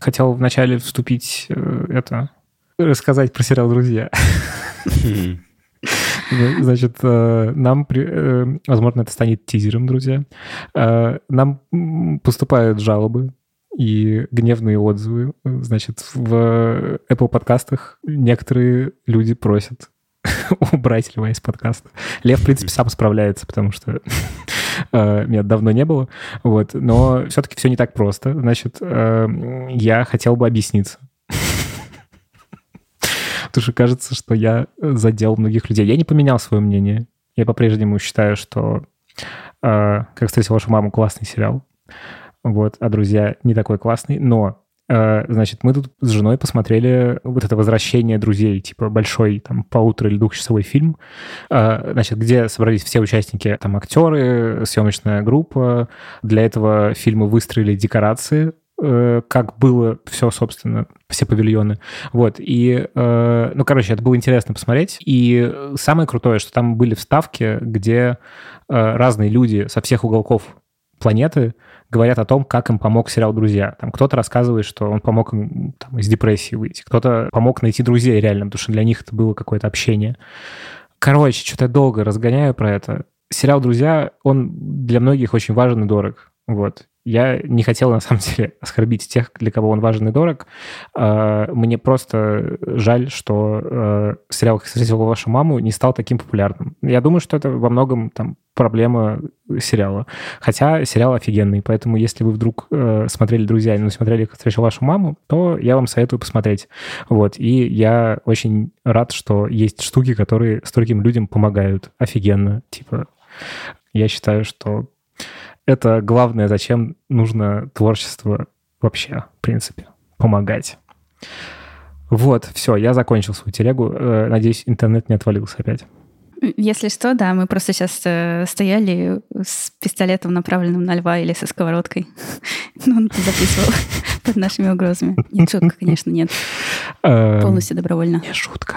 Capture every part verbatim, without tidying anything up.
хотел вначале вступить, э, это, рассказать про сериал «Друзья». Значит, нам, возможно, это станет тизером, друзья. Нам поступают жалобы и гневные отзывы. Значит, в Apple подкастах некоторые люди просят убрать Льва из подкаста. Лев, в принципе, сам справляется, потому что меня давно не было. Вот. Но все-таки все не так просто. Значит, я хотел бы объясниться. Потому что кажется, что я задел многих людей. Я не поменял свое мнение. Я по-прежнему считаю, что «Как встретил вашу маму» классный сериал. Вот, а «Друзья» не такой классный. Но, значит, мы тут с женой посмотрели вот это «Возвращение друзей», типа большой там полутора- или двухчасовой фильм, значит, где собрались все участники, там актеры, съемочная группа. Для этого фильма выстроили декорации, как было все, собственно, все павильоны. Вот, и, ну, короче, это было интересно посмотреть. И самое крутое, что там были вставки, где разные люди со всех уголков планеты говорят о том, как им помог сериал «Друзья». Там кто-то рассказывает, что он помог им там, из депрессии выйти, кто-то помог найти друзей реально, потому что для них это было какое-то общение. Короче, что-то я долго разгоняю про это. Сериал «Друзья», он для многих очень важен и дорог. Вот. Я не хотел, на самом деле, оскорбить тех, для кого он важен и дорог. Мне просто жаль, что сериал «Как встретил вашу маму» не стал таким популярным. Я думаю, что это во многом там проблема сериала. Хотя сериал офигенный, поэтому если вы вдруг смотрели «Друзья» и не смотрели «Как встретил вашу маму», то я вам советую посмотреть. Вот. И я очень рад, что есть штуки, которые стольким людям помогают. Офигенно. Типа, я считаю, что это главное, зачем нужно творчество вообще, в принципе, помогать. Вот, все, я закончил свою телегу. Надеюсь, интернет не отвалился опять. Если что, да, мы просто сейчас стояли с пистолетом, направленным на Льва, или со сковородкой. Ну, он записывал под нашими угрозами. Нет, шутка, конечно, нет. Полностью добровольно. Не шутка.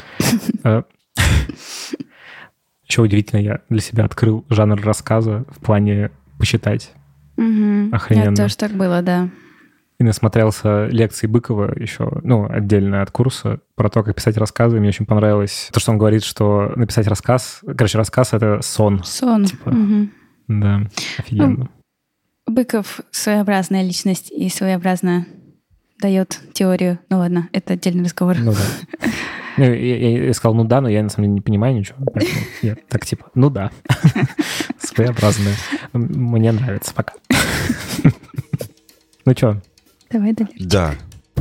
Еще удивительно, я для себя открыл жанр рассказа в плане почитать. Угу. Охрененно. Это тоже так было, да. И насмотрелся лекции Быкова еще, ну, отдельно от курса, про то, как писать рассказы. Мне очень понравилось то, что он говорит, что написать рассказ... Короче, рассказ — это сон. Сон. Типа. Угу. Да, офигенно. Ну, Быков своеобразная личность и своеобразно дает теорию. Ну ладно, это отдельный разговор. Ну да. Ну, я, я сказал, ну да, но я на самом деле не понимаю ничего. Поэтому я так типа, ну да. Своеобразное. Мне нравится пока. Ну что? Давай дальше. Да.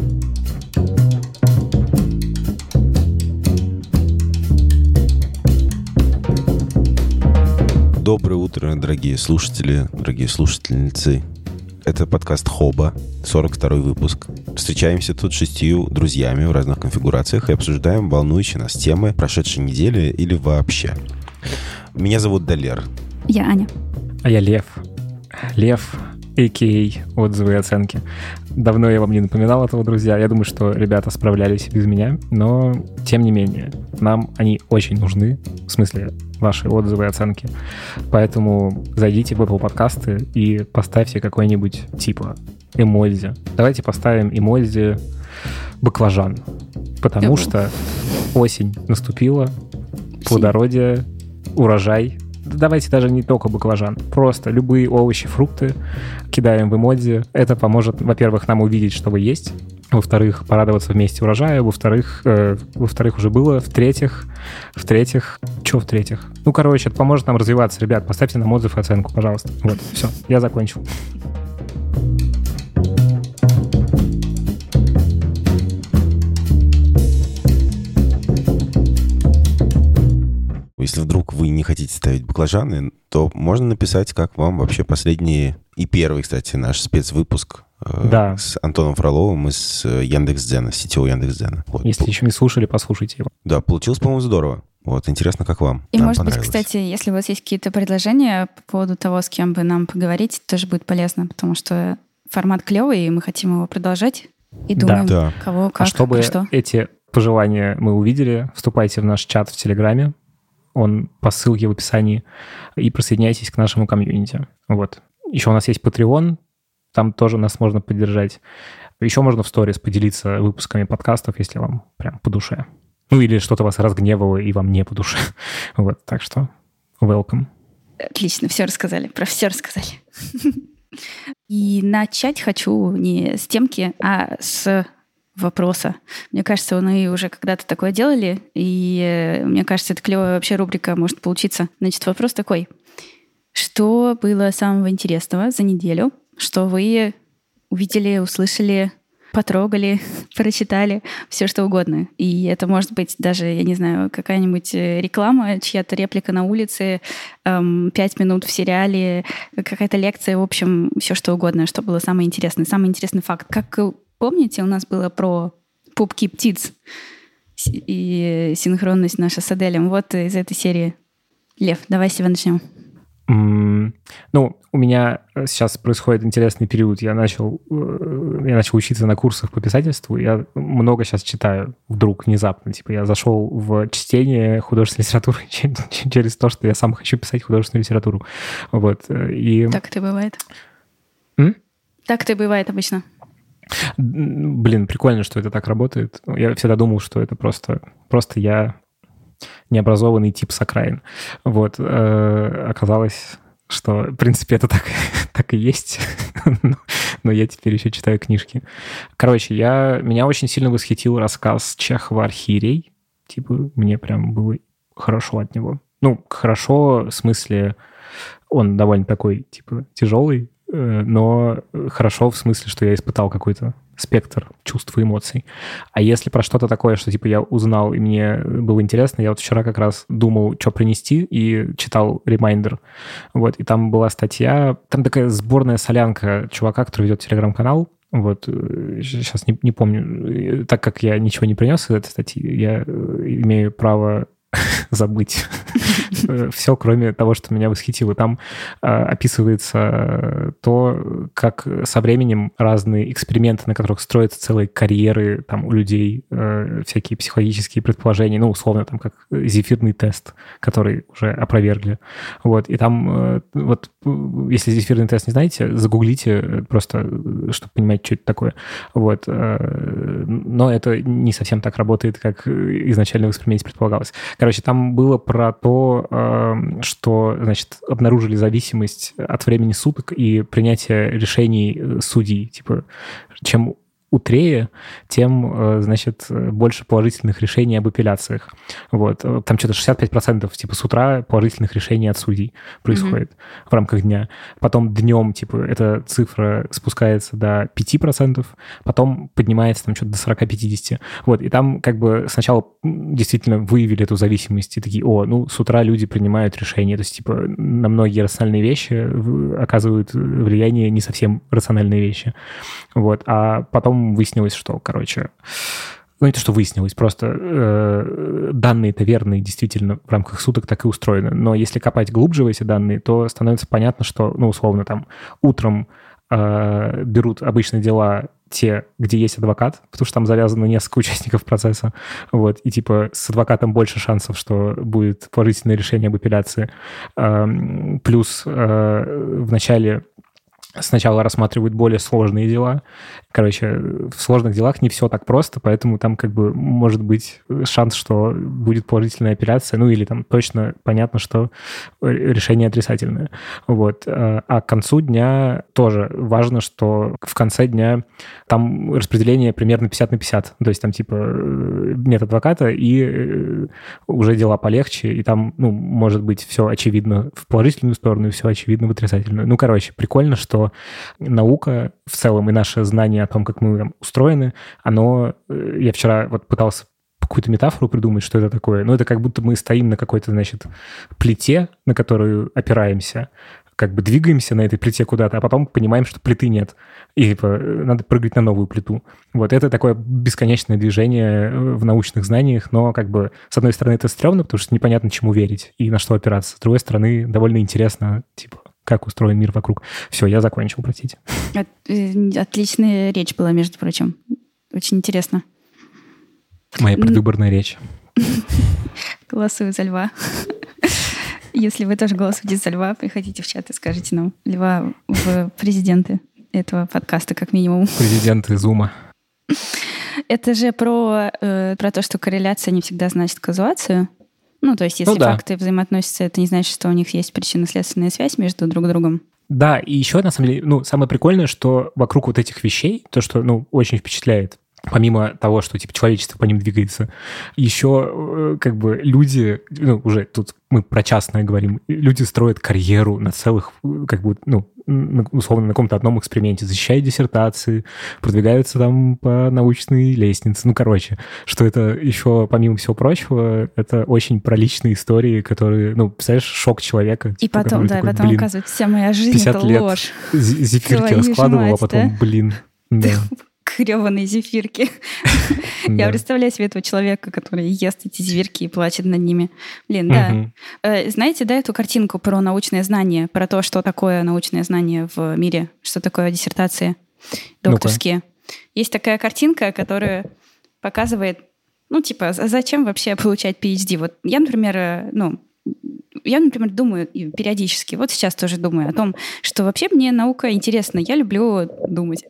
Доброе утро, дорогие слушатели, дорогие слушательницы. Это подкаст «Хоба», сорок второй выпуск. Встречаемся тут с шестью друзьями в разных конфигурациях и обсуждаем волнующие нас темы прошедшей недели или вообще. Меня зовут Далер. Я Аня. А я Лев. Лев, а.к.а. «Отзывы и оценки». Давно я вам не напоминал этого, друзья. Я думаю, что ребята справлялись и без меня, но тем не менее, нам они очень нужны, в смысле ваши отзывы и оценки. Поэтому зайдите в Apple подкасты и поставьте какой-нибудь типа эмодзи. Давайте поставим эмодзи баклажан, потому что осень наступила, плодородие, урожай. Давайте даже не только баклажан, просто любые овощи, фрукты кидаем в эмодзи. Это поможет, во-первых, нам увидеть, что вы есть, во-вторых, порадоваться вместе урожаю, во-вторых, э, во-вторых, уже было, в-третьих, в-третьих, что в-третьих? Ну, короче, это поможет нам развиваться. Ребят, поставьте нам отзыв и оценку, пожалуйста. Вот, все, я закончил. Если вдруг вы не хотите ставить баклажаны, то можно написать, как вам вообще последний и первый, кстати, наш спецвыпуск э, да. с Антоном Фроловым из Яндекс.Дзена, сетевого Яндекс.Дзена. Вот. Если еще не слушали, послушайте его. Да, получилось, по-моему, здорово. Вот, интересно, как вам? И, нам может быть, кстати, если у вас есть какие-то предложения по поводу того, с кем бы нам поговорить, тоже будет полезно, потому что формат клевый, и мы хотим его продолжать. И думаем, да. кого, как, а чтобы что. эти пожелания мы увидели, вступайте в наш чат в Телеграме. Он по ссылке в описании. И присоединяйтесь к нашему комьюнити. Вот. Еще у нас есть Patreon. Там тоже нас можно поддержать. Еще можно в сторис поделиться выпусками подкастов, если вам прям по душе. Ну, или что-то вас разгневало, и вам не по душе. Вот, так что welcome. Отлично, все рассказали, про все рассказали. И начать хочу не с темки, а с вопроса. Мне кажется, мы уже когда-то такое делали, и мне кажется, это клевая вообще рубрика может получиться. Значит, вопрос такой. Что было самого интересного за неделю, что вы увидели, услышали, потрогали, прочитали, все что угодно. И это может быть даже, я не знаю, какая-нибудь реклама, чья-то реплика на улице, эм, пять минут в сериале, какая-то лекция, в общем, все что угодно, что было самое интересное. Самый интересный факт. Как помните, у нас было про пупки птиц и синхронность наша с Аделем. Вот из этой серии. Лев, давай с тебя начнем. Mm, ну, у меня сейчас происходит интересный период. Я начал, я начал учиться на курсах по писательству. Я много сейчас читаю вдруг, внезапно. Типа я зашел в чтение художественной литературы через то, что я сам хочу писать художественную литературу. Вот. И... Так это бывает? М? Так это бывает обычно. Блин, прикольно, что это так работает. Я всегда думал, что это просто, просто я... необразованный тип с окраин. Вот. Э, оказалось, что, в принципе, это так, так и есть. но, но я теперь еще читаю книжки. Короче, я, меня очень сильно восхитил рассказ Чехова «Архиерей». Типа, мне прям было хорошо от него. Ну, хорошо в смысле, он довольно такой, типа, тяжелый, э, но хорошо в смысле, что я испытал какой-то спектр чувств и эмоций. А если про что-то такое, что типа я узнал, и мне было интересно, я вот вчера как раз думал, что принести, и читал ремайндер. Вот, и там была статья, там такая сборная солянка чувака, который ведет телеграм-канал. Вот, сейчас не, не помню. Так как я ничего не принес из этой статьи, я имею право забыть все, кроме того, что меня восхитило. Там э, описывается то, как со временем разные эксперименты, на которых строятся целые карьеры там, у людей, э, всякие психологические предположения, ну, условно, там, как зефирный тест, который уже опровергли. Вот, и там, э, вот, если зефирный тест не знаете, загуглите просто, чтобы понимать, что это такое. Вот, э, но это не совсем так работает, как изначально в эксперименте предполагалось. Короче, там было про то, что, значит, обнаружили зависимость от времени суток и принятия решений судей. Типа, чем утрее, тем, значит, больше положительных решений об апелляциях. Вот. Там что-то шестьдесят пять процентов типа с утра положительных решений от судей происходит mm-hmm. в рамках дня. Потом днем, типа, эта цифра спускается до пять процентов, потом поднимается там что-то до сорок-пятьдесят. Вот. И там как бы сначала действительно выявили эту зависимость и такие, о, ну, с утра люди принимают решения. То есть, типа, на многие рациональные вещи оказывают влияние не совсем рациональные вещи. Вот. А потом выяснилось, что, короче, ну не то, что выяснилось, просто э, данные-то верные действительно в рамках суток так и устроены. Но если копать глубже в эти данные, то становится понятно, что, ну, условно, там, утром э, берут обычно дела те, где есть адвокат, потому что там завязано несколько участников процесса, вот, и, типа, с адвокатом больше шансов, что будет положительное решение об апелляции. Э, плюс э, в начале сначала рассматривают более сложные дела. Короче, в сложных делах не все так просто, поэтому там как бы может быть шанс, что будет положительная апелляция, ну или там точно понятно, что решение отрицательное. Вот. А к концу дня тоже важно, что в конце дня там распределение примерно пятьдесят на пятьдесят. То есть там типа нет адвоката и уже дела полегче, и там, ну, может быть все очевидно в положительную сторону и все очевидно в отрицательную. Ну, короче, прикольно, что наука в целом и наше знание о том, как мы там устроены, оно... Я вчера вот пытался какую-то метафору придумать, что это такое. Ну, это как будто мы стоим на какой-то, значит, плите, на которую опираемся, как бы двигаемся на этой плите куда-то, а потом понимаем, что плиты нет. И типа, надо прыгать на новую плиту. Вот это такое бесконечное движение в научных знаниях, но как бы с одной стороны это стрёмно, потому что непонятно, чему верить и на что опираться. С другой стороны, довольно интересно, типа, как устроен мир вокруг. Все, я закончил, простите. От, отличная речь была, между прочим. Очень интересно. Моя предвыборная речь. Голосую за Льва. Если вы тоже голосуете за Льва, приходите в чат и скажите нам Льва в президенты. этого подкаста, как минимум. Президенты Зума. Это же про, э, про то, что корреляция не всегда значит казуацию. Ну, то есть если ну, да. факты взаимоотносятся, это не значит, что у них есть причинно-следственная связь между друг другом. Да, и еще, на самом деле, ну, самое прикольное, что вокруг вот этих вещей, то, что, ну, очень впечатляет, помимо того, что, типа, человечество по ним двигается, еще, как бы, люди, ну, уже тут мы про частное говорим, люди строят карьеру на целых, как бы, ну, условно, на каком-то одном эксперименте, защищают диссертации, продвигаются там по научной лестнице. Ну, короче, что это еще, помимо всего прочего, это очень про личные истории, которые, ну, представляешь, шок человека. И типа, потом, да, такой, потом блин, оказывается, вся моя жизнь — это ложь. Зефирки раскладывал, а потом, да? блин, да. Грёбаные зефирки. Да. Я представляю себе этого человека, который ест эти зефирки и плачет над ними. Блин, да. Угу. Э, знаете, да, эту картинку про научное знание, про то, что такое научное знание в мире, что такое диссертации докторские? Ну-ка. Есть такая картинка, которая показывает, ну, типа, зачем вообще получать пи эйч ди? Вот я, например, ну, я, например, думаю периодически, вот сейчас тоже думаю о том, что вообще мне наука интересна. Я люблю думать.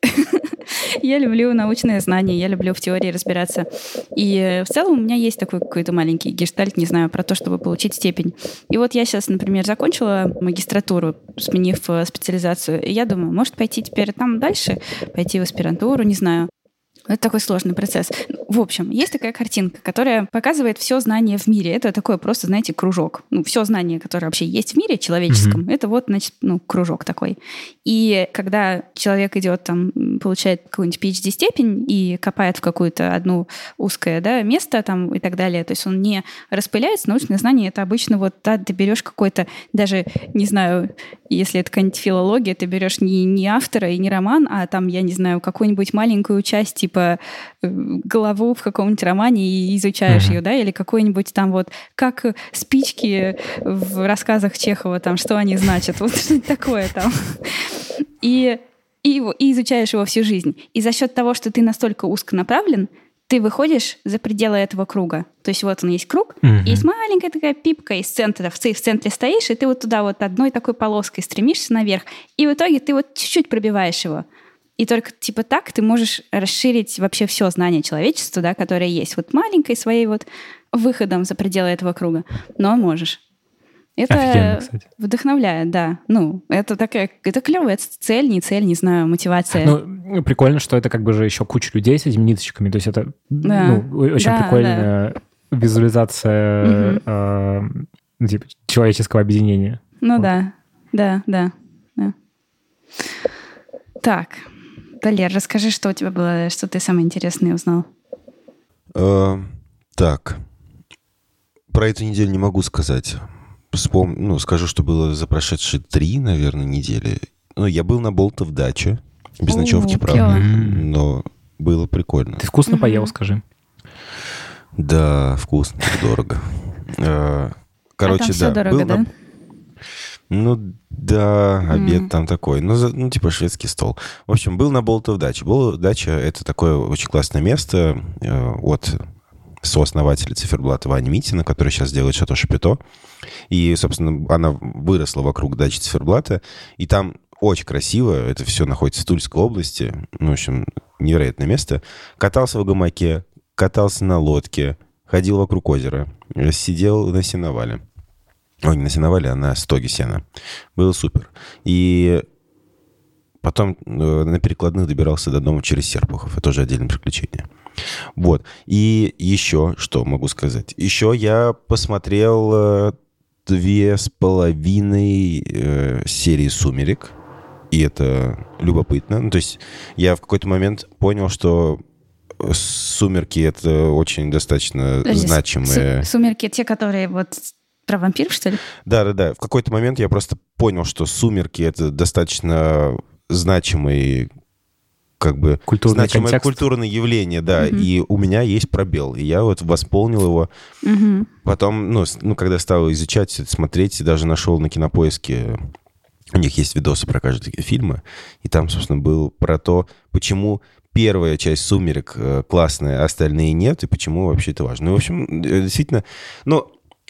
Я люблю научные знания, я люблю в теории разбираться. И в целом у меня есть такой какой-то маленький гештальт, не знаю, про то, чтобы получить степень. И вот я сейчас, например, закончила магистратуру, сменив специализацию. И я думаю, может пойти теперь там дальше, пойти в аспирантуру, не знаю. Это такой сложный процесс. В общем, есть такая картинка, которая показывает все знание в мире. Это такой просто, знаете, кружок. Ну, все знание, которое вообще есть в мире человеческом, mm-hmm. это вот, значит, ну, кружок такой. И когда человек идет там, получает какую-нибудь пи эйч ди-степень и копает в какую-то одну узкое, да, место там и так далее, то есть он не распыляется. Научное знание — это обычно вот, да, ты берешь какой-то, даже, не знаю, если это какая-нибудь филология, ты берешь не, не автора и не роман, а там, я не знаю, какую-нибудь маленькую часть, типа главу в каком-нибудь романе и изучаешь uh-huh. ее, да, или какой-нибудь там вот, как спички в рассказах Чехова, там, что они значат, вот что-нибудь такое там. И, и, и изучаешь его всю жизнь. И за счет того, что ты настолько узконаправлен, ты выходишь за пределы этого круга. То есть вот он есть круг, uh-huh. и есть маленькая такая пипка из центра. В центре стоишь, и ты вот туда вот одной такой полоской стремишься наверх. И в итоге ты вот чуть-чуть пробиваешь его. И только типа так ты можешь расширить вообще все знание человечества, да, которое есть. Вот маленькой своей вот выходом за пределы этого круга. Но можешь. Это вдохновляет, да. Ну, это такая, это клевая цель, не цель, не знаю, мотивация. Ну, прикольно, что это как бы же еще куча людей с этими ниточками. То есть это да. ну, очень да, прикольная да. визуализация угу. э, типа, человеческого объединения. Ну вот. да, да, да, да. Так. Далер, расскажи, что у тебя было, что ты самое интересное узнал. Uh, так. Про эту неделю не могу сказать. Вспом... Ну, скажу, что было за прошедшие три, наверное, недели. Ну, я был на Болтов даче. Без О, ночевки, правда. Но было прикольно. Ты вкусно mm-hmm. поел, скажи. Да, вкусно, дорого. Короче, а там да. все дорого, да? На... Ну, да, обед mm. там такой. Ну, за, ну, типа шведский стол. В общем, был на Болтов даче. Болтов дача — это такое очень классное место э, от сооснователя циферблата Вани Митина, который сейчас делает Шато Шапито. И, собственно, она выросла вокруг дачи циферблата. И там очень красиво. Это все находится в Тульской области. Ну, в общем, невероятное место. Катался в гамаке, катался на лодке, ходил вокруг озера, сидел на сеновале. Ой, не на сеновале, а на стоге сена. Было супер. И потом на перекладных добирался до дома через Серпухов. Это тоже отдельное приключение. Вот. И еще, что могу сказать? Еще я посмотрел две с половиной э, серии «Сумерек». И это любопытно. Ну, то есть я в какой-то момент понял, что «Сумерки» — это очень достаточно Подожди, значимые... «Сумерки» — те, которые вот... Про вампиров, что ли? Да-да-да. В какой-то момент я просто понял, что «Сумерки» — это достаточно значимый, как бы, культурный значимое контекст. Культурное явление, да. Угу. И у меня есть пробел. И я вот восполнил его. Угу. Потом, ну, ну, когда стал изучать, смотреть, даже нашел на Кинопоиске, у них есть видосы про каждый фильм, и там, собственно, был про то, почему первая часть «Сумерек» классная, а остальные нет, и почему вообще это важно. Ну, в общем, действительно, ну...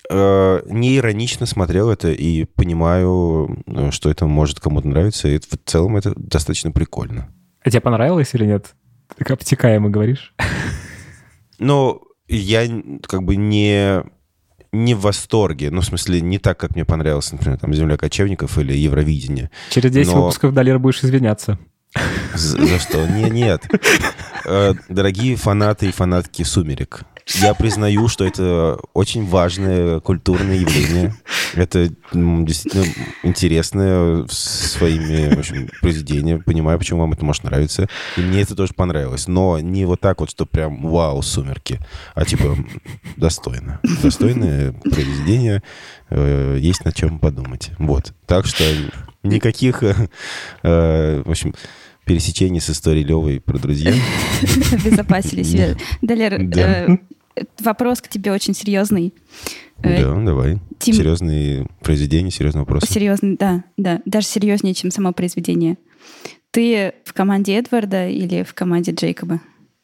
э, не иронично смотрел это и понимаю, что это может кому-то нравиться. И в целом это достаточно прикольно. А тебе понравилось или нет? Так обтекаемо говоришь. Ну, я как бы не, не в восторге. Ну, в смысле, не так, как мне понравилось, например, там «Земля кочевников» или «Евровидение». Через десять Но... выпусков, Далер, будешь извиняться. За, за что? Не, нет. Дорогие фанаты и фанатки «Сумерек», я признаю, что это очень важное культурное явление. Это действительно интересное своими, в общем, произведения. Понимаю, почему вам это может нравиться. И мне это тоже понравилось. Но не вот так вот, что прям вау, «Сумерки», а типа достойно. Достойное произведение. Есть над чем подумать. Вот. Так что никаких, в общем... пересечение с историей Левой про друзья. Обезопасили себя. Далер, да. э, вопрос к тебе очень серьезный. Да, давай. Тим... Серьезные произведения, серьезные вопросы. Серьезный, да, да. Даже серьезнее, чем само произведение. Ты в команде Эдварда или в команде Джейкоба?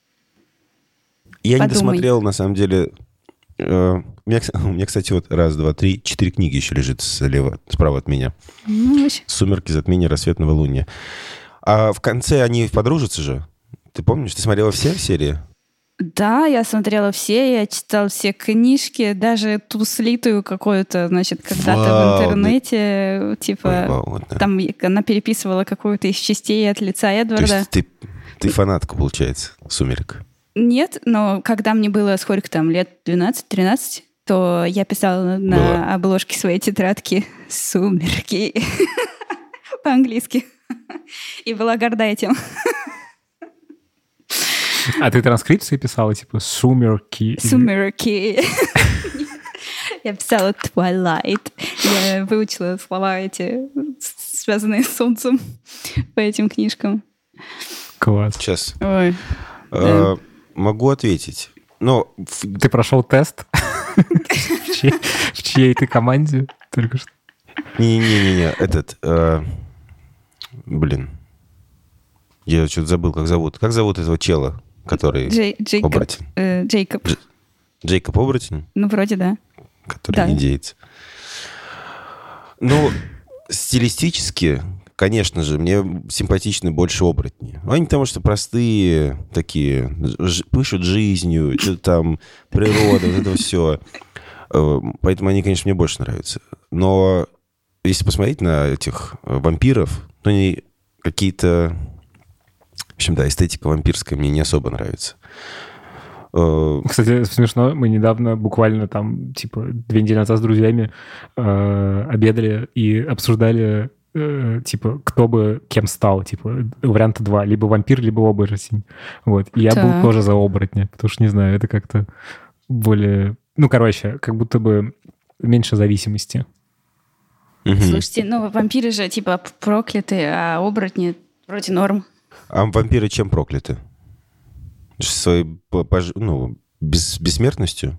Я Подумай. не досмотрел, на самом деле. Uh, у, меня, у меня, кстати, вот раз, два, три, четыре книги еще лежит слева, справа от меня. Ну, «Сумерки», «Затмение», «Рассвет новолуния». А в конце они подружатся же. Ты помнишь? Ты смотрела все серии? Да, я смотрела все, я читала все книжки, даже ту слитую какую-то, значит, когда-то вау, в интернете, да. типа, Ой, вау, да. там она переписывала какую-то из частей от лица Эдварда. То есть ты, ты фанатка, получается, «Сумерек»? Нет, но когда мне было сколько там, лет двенадцать-тринадцать, то я писала на было. обложке своей тетрадки «Сумерки» по-английски. И была горда этим. А ты транскрипции писала, типа «Сумерки»? «Сумерки». Я писала «Twilight». Я выучила слова эти, связанные с солнцем, по этим книжкам. Класс. Сейчас. Ой. А, да. Могу ответить. Но... Ты прошел тест? В чьей ты команде только что? Не-не-не, этот... Блин. Я что-то забыл, как зовут. Как зовут этого чела, который Джей, Джейкоб, оборотень? Э, Джейкоб. Дж, Джейкоб оборотень? Ну, вроде да. Который да. индеец. Ну, стилистически, конечно же, мне симпатичны больше оборотни. Они потому что простые такие, ж, пышут жизнью, что-то там, природа, вот это все. Поэтому они, конечно, мне больше нравятся. Но если посмотреть на этих вампиров, то они какие-то... В общем, да, эстетика вампирская мне не особо нравится. Кстати, смешно, мы недавно, буквально там, типа, две недели назад с друзьями э, обедали и обсуждали, э, типа, кто бы кем стал, типа, варианта два, либо вампир, либо оборотень. Вот. И я так. был тоже за оборотня, потому что, не знаю, это как-то более... Ну, короче, как будто бы меньше зависимости. Угу. Слушайте, ну, вампиры же, типа, прокляты, а оборотни вроде норм. А вампиры чем прокляты? Своей, ну, бес, бессмертностью?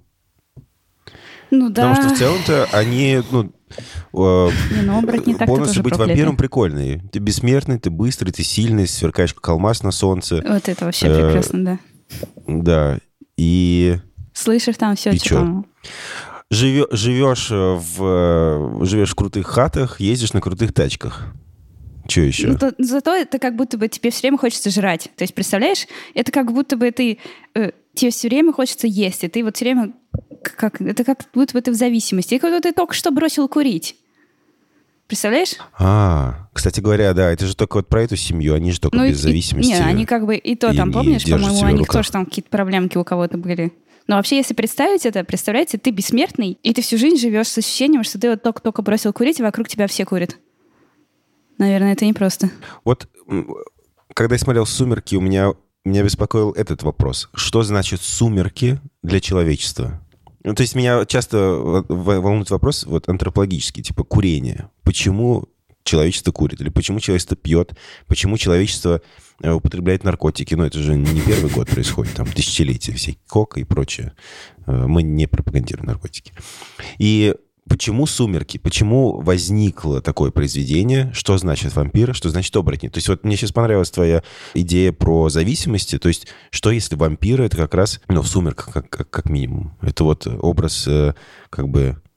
Ну да. Потому что в целом-то они, ну, не, ну оборотни так-то полностью быть прокляты. Вампиром прикольный. Ты бессмертный, ты быстрый, ты сильный, сверкаешь как алмаз на солнце. Вот это вообще э, прекрасно, да. Да, и... Слышишь там все, и типа... Живё, живешь, в, живешь в крутых хатах, ездишь на крутых тачках. Что еще? Ну, то, зато это как будто бы тебе все время хочется жрать. То есть, представляешь, это как будто бы ты... Э, тебе все время хочется есть, и ты вот все время... Как, это как будто бы ты в зависимости. И как будто ты только что бросил курить. Представляешь? А, кстати говоря, да, это же только вот про эту семью, они же только ну, без и, зависимости. Нет, они как бы и то и там, помнишь, по-моему, у них тоже там какие-то проблемки у кого-то были. Но вообще, если представить это, представляете, ты бессмертный, и ты всю жизнь живешь с ощущением, что ты вот только-только бросил курить, и вокруг тебя все курят. Наверное, это непросто. Вот, когда я смотрел «Сумерки», у меня, меня беспокоил этот вопрос. Что значит «сумерки» для человечества? Ну, то есть меня часто волнует вопрос вот, антропологический, типа курение. Почему человечество курит? Или почему человечество пьет? Почему человечество употребляет наркотики? Ну, это же не первый год происходит, там, тысячелетия, всякие кока и прочее. Мы не пропагандируем наркотики. И почему «Сумерки»? Почему возникло такое произведение? Что значит вампир? Что значит оборотни? То есть вот мне сейчас понравилась твоя идея про зависимости. То есть что если вампиры — это как раз, ну, в «Сумерках» как, как, как минимум. Это вот образ как бы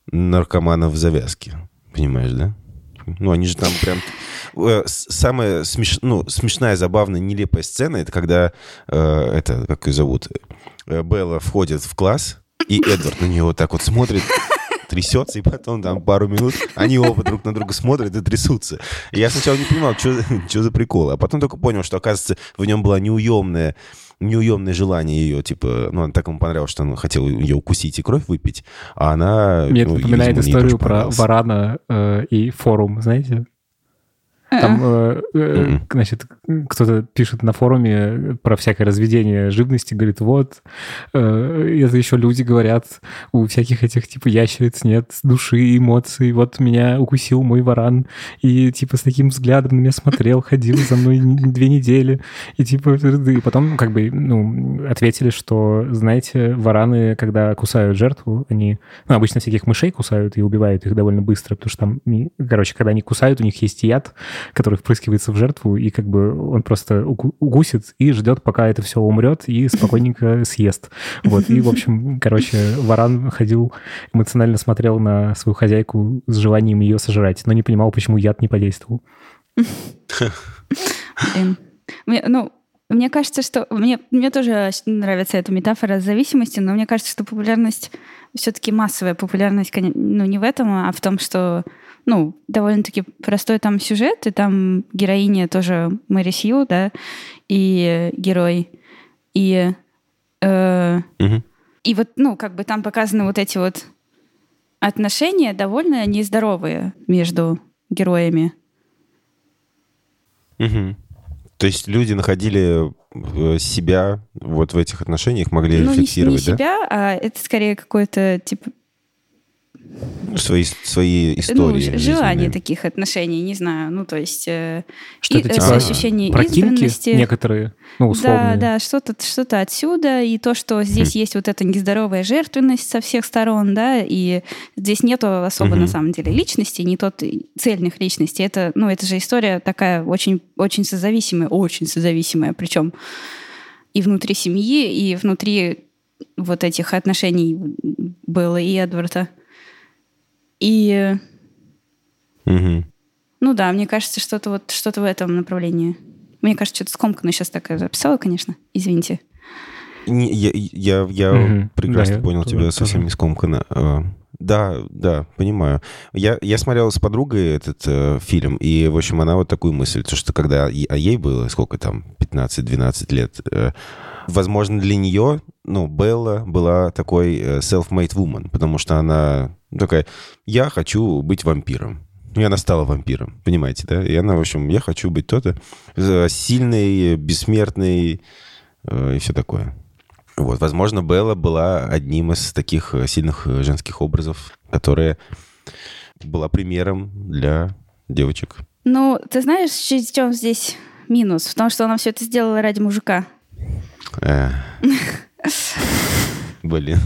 наркоманов в завязке. Понимаешь, да? Ну, они же там прям... Самая смеш... ну, смешная, забавная, нелепая сцена, это когда, э, это, как ее зовут, Белла входит в класс, и Эдвард на нее вот так вот смотрит, трясется, и потом там пару минут они оба друг на друга смотрят и трясутся. И я сначала не понимал, что, что за прикол, а потом только понял, что, оказывается, в нем было неуемное, неуемное желание ее, типа, ну, он так ему понравилось, что он хотел ее укусить и кровь выпить, а она... Мне ну, это напоминает видимо, историю про Варана э, и форум, знаете? Там, э, э, значит, кто-то пишет на форуме про всякое разведение живности, говорит, вот, э, это еще люди говорят, у всяких этих, типа, ящериц нет души, эмоций, вот меня укусил мой варан, и, типа, с таким взглядом на меня смотрел, ходил за мной две недели, и, типа, и потом, как бы, ну, ответили, что, знаете, вараны, когда кусают жертву, они, ну, обычно всяких мышей кусают и убивают их довольно быстро, потому что там, короче, когда они кусают, у них есть яд, который впрыскивается в жертву, и как бы он просто укусит и ждет, пока это все умрет, и спокойненько съест. Вот, и, в общем, короче, варан ходил, эмоционально смотрел на свою хозяйку с желанием ее сожрать, но не понимал, почему яд не подействовал. Блин. Ну, мне кажется, что... Мне, мне тоже нравится эта метафора зависимости, но мне кажется, что популярность, все-таки массовая популярность, ну, не в этом, а в том, что, ну, довольно-таки простой там сюжет, и там героиня тоже Мэри Сью, да, и герой. И, э, угу. и вот, ну, как бы там показаны вот эти вот отношения довольно нездоровые между героями. Угу. То есть люди находили себя вот в этих отношениях, могли ну, рефлексировать, не, не да? себя, а это скорее какой-то, типа... Свои, свои истории. Ну, желание таких отношений, не знаю. Ну, то есть... Э, что-то и, типа ощущение избранности. Некоторые, ну, условные. Да, да, что-то, что-то отсюда. И то, что здесь хм. есть вот эта нездоровая жертвенность со всех сторон, да, и здесь нету особо, угу. на самом деле, личности, не тот цельных личностей. Это, ну, это же история такая очень, очень созависимая, очень созависимая, причем и внутри семьи, и внутри вот этих отношений Беллы и Эдварда. И, угу. ну да, мне кажется, что-то вот что-то в этом направлении. Мне кажется, что-то скомканно сейчас так записала, конечно. Извините. Не, я я, я угу. прекрасно да, понял тебя, тоже. Совсем не скомканно. Да, да, понимаю. Я, я смотрел с подругой этот э, фильм, и, в общем, она вот такую мысль, то, что когда а ей было, сколько там, пятнадцать-двенадцать лет, э, возможно, для нее, ну, Белла была такой self-made woman, потому что она такая, я хочу быть вампиром. И она стала вампиром, понимаете, да? И она, в общем, я хочу быть то-то сильный, бессмертный э, и все такое. Вот, возможно, Белла была одним из таких сильных женских образов, которая была примером для девочек. Ну, ты знаешь, в чем здесь минус? В том, что она все это сделала ради мужика. Блин.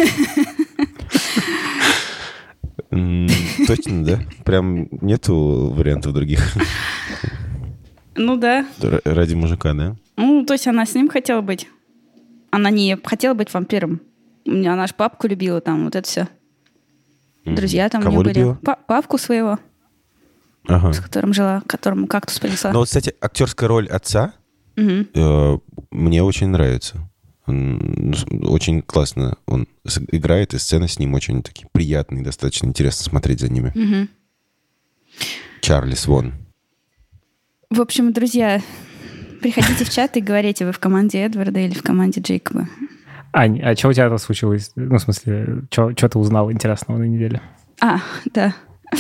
Точно, да? Прям нету вариантов других? Ну да. Ради мужика, да? Ну, то есть она с ним хотела быть. Она не хотела быть вампиром. Она ж папку любила там, вот это все. Друзья там Кого у нее любила? были. Па- папку своего, ага. с которым жила, которому кактус принесла. Ну вот, кстати, актерская роль отца угу. э, мне очень нравится. Он очень классно он играет, и сцены с ним очень такие приятные, достаточно интересно смотреть за ними. Угу. Чарли Свон. В общем, друзья, приходите в чат и говорите, вы в команде Эдварда или в команде Джейкоба. Ань, а что у тебя случилось? Ну, в смысле, что ты узнал интересного на неделе? А, да.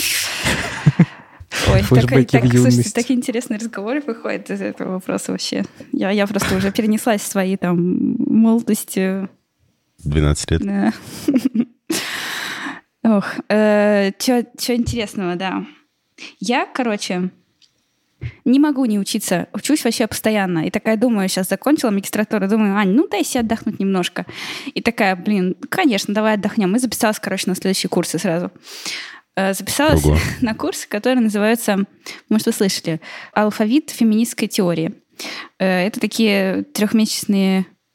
Ой, так, так, слушайте, такие интересные разговоры выходят из этого вопроса вообще. Я, я просто уже перенеслась в свои там молодости. двенадцать лет. Да. Ох, э, что интересного, да. Я, короче, не могу не учиться. Учусь вообще постоянно. И такая думаю, сейчас закончила магистратуру, думаю, Ань, ну дай себе отдохнуть немножко. И такая, блин, конечно, давай отдохнем. И записалась, короче, на следующие курсы сразу. Записалась Ого. на курс, который называется, может, вы слышали, «Алфавит феминистской теории». Это такие трехмесячные,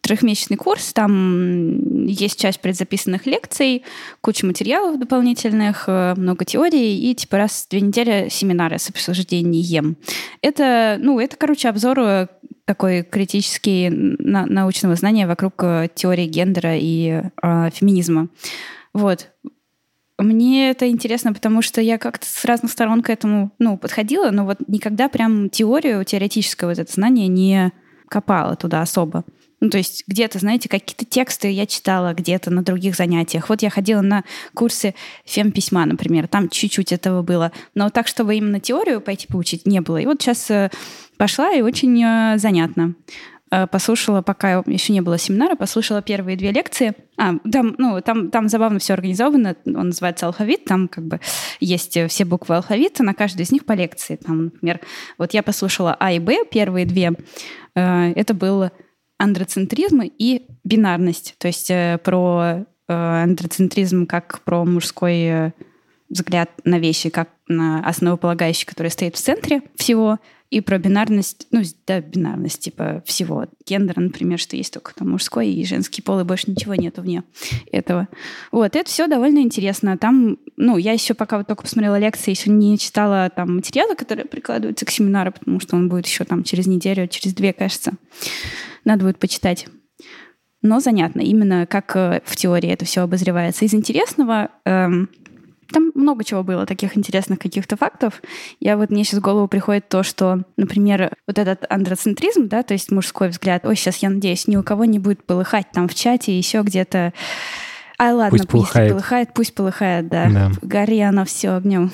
трехмесячный курс, там есть часть предзаписанных лекций, куча материалов дополнительных, много теорий и типа раз в две недели семинары с обсуждением. Это, ну, это, короче, обзор такой критический на, научного знания вокруг теории гендера и э, феминизма. Вот. Мне это интересно, потому что я как-то с разных сторон к этому, ну, подходила, но вот никогда прям теорию, теоретическое вот это знание не копала туда особо. Ну, то есть где-то, знаете, какие-то тексты я читала где-то на других занятиях. Вот я ходила на курсы фемписьма, например, там чуть-чуть этого было. Но так, чтобы именно теорию пойти поучить, не было. И вот сейчас пошла, и очень занятно. Послушала, пока еще не было семинара, послушала первые две лекции. А, там, ну, там, там забавно все организовано, он называется алфавит, там как бы есть все буквы алфавита, на каждой из них по лекции. Там, например, вот я послушала А и Б, первые две, это был андроцентризм и бинарность, то есть про андроцентризм как про мужской взгляд на вещи, как на основополагающий, который стоит в центре всего, и про бинарность, ну, да, бинарность, типа, всего. Гендера, например, что есть только там мужской и женский пол, и больше ничего нету вне этого. Вот, это все довольно интересно. Там, ну, я еще пока вот только посмотрела лекции, еще не читала там материалы, которые прикладываются к семинару, потому что он будет еще там через неделю, через две, кажется. Надо будет почитать. Но занятно, именно как в теории это все обозревается. Из интересного... Эм, Там много чего было, таких интересных каких-то фактов. Я вот, мне сейчас в голову приходит то, что, например, вот этот андроцентризм, да, то есть мужской взгляд, ой, сейчас, я надеюсь, ни у кого не будет полыхать там в чате, еще где-то. А ладно, пусть полыхает. Если полыхает, пусть полыхает, да. да. Гори оно все огнем.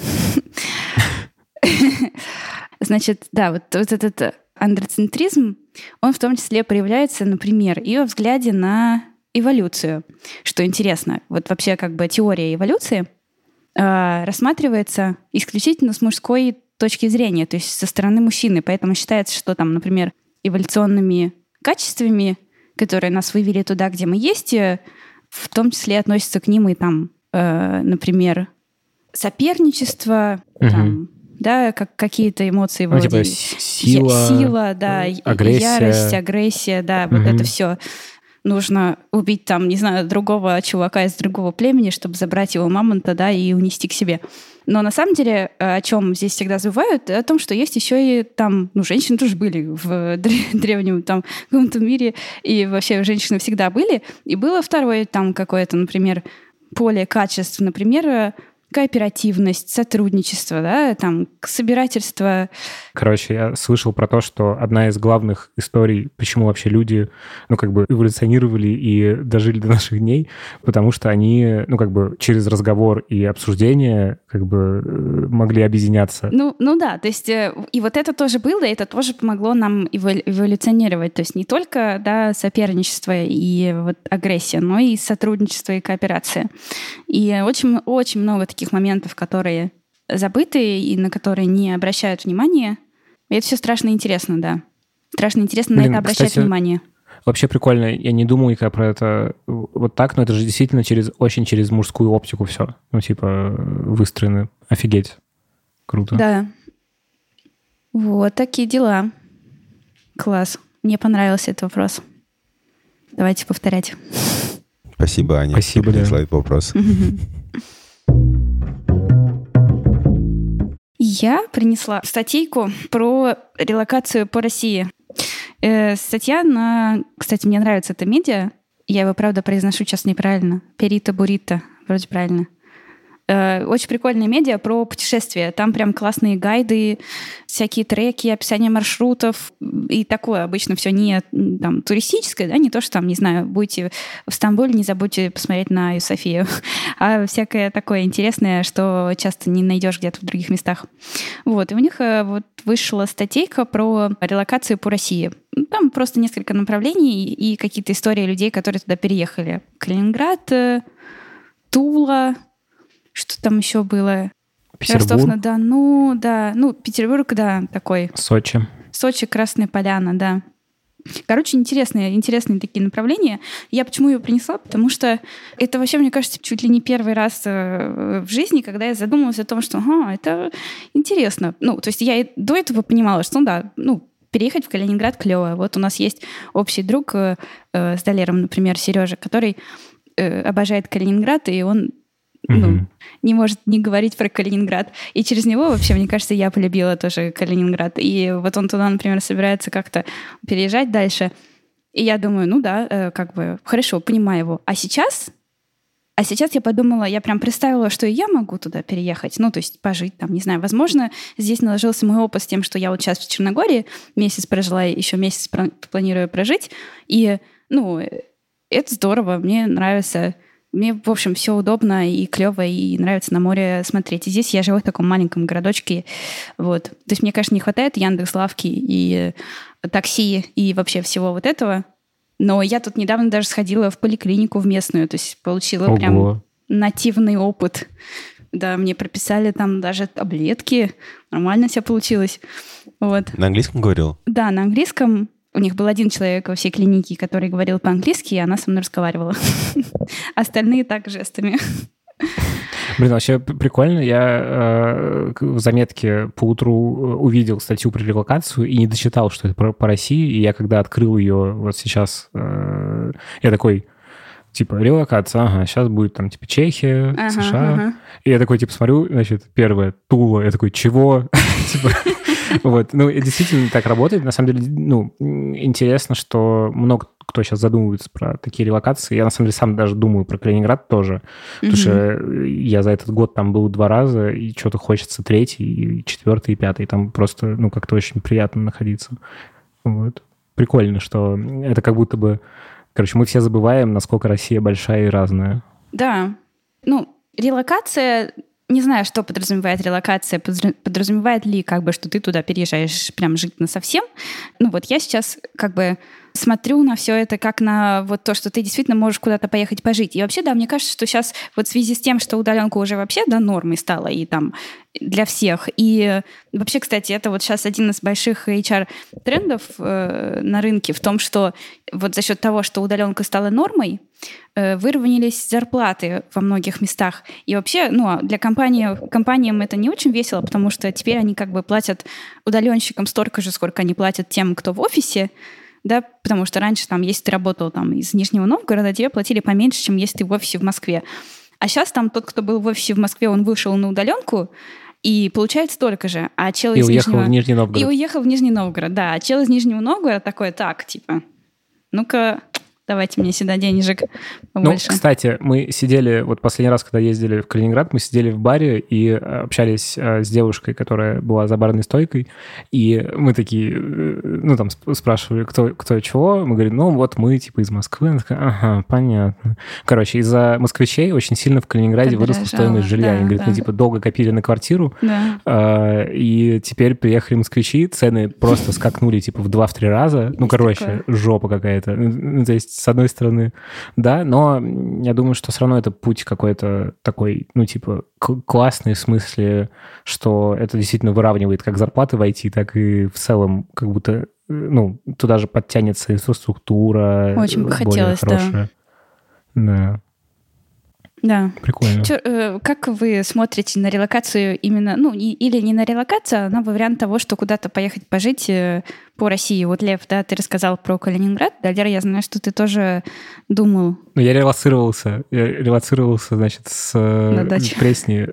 Значит, да, вот, вот этот андроцентризм, он в том числе проявляется, например, и во взгляде на эволюцию. Что интересно, вот вообще как бы теория эволюции рассматривается исключительно с мужской точки зрения, то есть со стороны мужчины. Поэтому считается, что там, например, эволюционными качествами, которые нас вывели туда, где мы есть, в том числе относятся к ним и там, э, например, соперничество, угу. там, да, как какие-то эмоции вроде ну, типа сила, сила, да, агрессия. ярость, агрессия, да, угу. вот это все. Нужно убить там, не знаю, другого чувака из другого племени, чтобы забрать его мамонта, да, и унести к себе. Но на самом деле, о чем здесь всегда забывают, о том, что есть еще и там, ну, женщины тоже были в древнем там каком-то мире, и вообще женщины всегда были. И было второе там какое-то, например, поле качеств, например, кооперативность, сотрудничество, да, там, собирательство. Короче, я слышал про то, что одна из главных историй, почему вообще люди, ну, как бы эволюционировали и дожили до наших дней, потому что они, ну, как бы через разговор и обсуждение, как бы могли объединяться. Ну, ну да, то есть и вот это тоже было, и это тоже помогло нам эволюционировать. То есть не только, да, соперничество и вот агрессия, но и сотрудничество и кооперация. И очень, очень много таких моментов, которые забыты и на которые не обращают внимания. И это все страшно интересно, да. Страшно интересно Блин, на это обращать кстати, внимание. Вообще прикольно. Я не думал никогда про это вот так, но это же действительно через, очень через мужскую оптику все. Ну, типа, выстроено. Офигеть. Круто. Да. Вот такие дела. Класс. Мне понравился этот вопрос. Давайте повторять. Спасибо, Аня. Спасибо, что принесла этот вопрос. Я принесла статейку про релокацию по России. Э, статья на... Кстати, мне нравится это медиа. Я его, правда, произношу сейчас неправильно. Перита Бурита. Вроде правильно. Э, очень прикольное медиа про путешествия. Там прям классные гайды, всякие треки, описание маршрутов. И такое обычно все не там, туристическое, да, не то, что там, не знаю, будете в Стамбуле, не забудьте посмотреть на Айю Софию, а всякое такое интересное, что часто не найдешь где-то в других местах. Вот. И у них вот вышла статейка про релокацию по России. Там просто несколько направлений и какие-то истории людей, которые туда переехали. Калининград, Тула, что там еще было? Петербург. Ростов-на-Дону, да. Ну, Петербург, да, такой. Сочи. Сочи, Красная Поляна, да. Короче, интересные, интересные такие направления. Я почему ее принесла? Потому что это вообще, мне кажется, чуть ли не первый раз в жизни, когда я задумалась о том, что ага, это интересно. Ну, то есть я и до этого понимала, что, ну да, ну, переехать в Калининград клево. Вот у нас есть общий друг э, э, с Далером, например, Сережа, который э, обожает Калининград, и он mm-hmm. ну, не может не говорить про Калининград. И через него вообще, мне кажется, я полюбила тоже Калининград. И вот он туда, например, собирается как-то переезжать дальше. И я думаю, ну да, э, как бы, хорошо, понимаю его. А сейчас... А сейчас я подумала, я прям представила, что и я могу туда переехать, ну, то есть пожить там, не знаю, возможно, здесь наложился мой опыт с тем, что я вот сейчас в Черногории месяц прожила, еще месяц планирую прожить, и, ну, это здорово, мне нравится, мне, в общем, все удобно и клево, и нравится на море смотреть. И здесь я живу в таком маленьком городочке, вот. То есть мне, конечно, не хватает Яндекс.Лавки и такси, и вообще всего вот этого. Но я тут недавно даже сходила в поликлинику в местную, то есть получила Ого. Прям нативный опыт. Да, мне прописали там даже таблетки. Нормально все получилось. Вот. На английском говорил? Да, на английском. У них был один человек во всей клинике, который говорил по-английски, и она со мной разговаривала. Остальные так жестами. Блин, вообще прикольно. Я э, в заметке поутру увидел статью про релокацию и не дочитал, что это про, по России. И я когда открыл ее вот сейчас, э, я такой, типа, релокация, ага, сейчас будет там, типа, Чехия, ага, США. Ага. И я такой, типа, смотрю, значит, первое, Тула. Я такой, чего? Вот, ну, действительно так работает. На самом деле, ну, интересно, что много кто сейчас задумывается про такие релокации. Я, на самом деле, сам даже думаю про Калининград тоже, mm-hmm. потому что я за этот год там был два раза, и что-то хочется третий, и четвертый, и пятый. Там просто, ну, как-то очень приятно находиться. Вот. Прикольно, что это как будто бы... Короче, мы все забываем, насколько Россия большая и разная. Да. Ну, релокация... Не знаю, что подразумевает релокация, подразумевает ли, как бы, что ты туда переезжаешь прям жить насовсем. Ну вот я сейчас как бы смотрю на все это как на вот то, что ты действительно можешь куда-то поехать пожить. И вообще, да, мне кажется, что сейчас вот в связи с тем, что удаленка уже вообще, да, нормой стала и там для всех. И вообще, кстати, это вот сейчас один из больших эйч ар-трендов э, на рынке в том, что вот за счет того, что удаленка стала нормой, э, выровнялись зарплаты во многих местах. И вообще, ну, для компании, компаниям это не очень весело, потому что теперь они как бы платят удаленщикам столько же, сколько они платят тем, кто в офисе, да, потому что раньше, там, если ты работал там, из Нижнего Новгорода, тебе платили поменьше, чем если ты в офисе в Москве. А сейчас там тот, кто был в офисе в Москве, он вышел на удаленку и получает столько же. А чел и из уехал Нижнего... в Нижний Новгород. И уехал в Нижний Новгород, да. А чел из Нижнего Новгорода такой, так, типа, ну-ка... Давайте мне сюда денежек побольше. Ну, кстати, мы сидели, вот последний раз, когда ездили в Калининград, мы сидели в баре и общались с девушкой, которая была за барной стойкой, и мы такие, ну, там, спрашивали, кто, кто и чего, мы говорим, ну, вот мы, типа, из Москвы. Она такая, ага, понятно. Короче, из-за москвичей очень сильно в Калининграде выросла стоимость жилья. Да, Они говорят, да. мы, типа, долго копили на квартиру, да. э, и теперь приехали москвичи, цены просто скакнули, типа, в два-три раза. Есть ну, короче, такое. Жопа какая-то. Ну, то есть, с одной стороны, да, но я думаю, что все равно это путь какой-то такой, ну, типа, к- классный в смысле, что это действительно выравнивает как зарплаты в ай ти, так и в целом как будто, ну, туда же подтянется инфраструктура. Очень бы хотелось, хорошая. Да. Да. Да. Прикольно. Чё, э, как вы смотрите на релокацию именно, ну, и, или не на релокацию, а на вариант того, что куда-то поехать пожить э, по России? Вот, Лев, да, ты рассказал про Калининград. Далер, я знаю, что ты тоже думал. Ну, я релоцировался. Я релоцировался, значит, с Пресни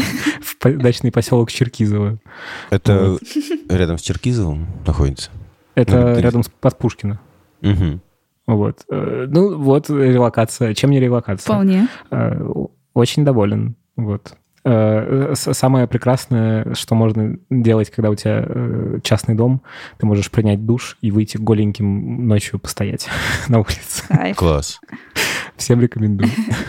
в дачный поселок Черкизово. Это рядом с Черкизовым находится? Это рядом с Подпушкино. Угу. Вот. Ну, вот релокация. Чем не релокация? Вполне. Очень доволен. Вот. Самое прекрасное, что можно делать, когда у тебя частный дом, ты можешь принять душ и выйти голеньким ночью постоять на улице. Кайф. Класс. Всем рекомендую.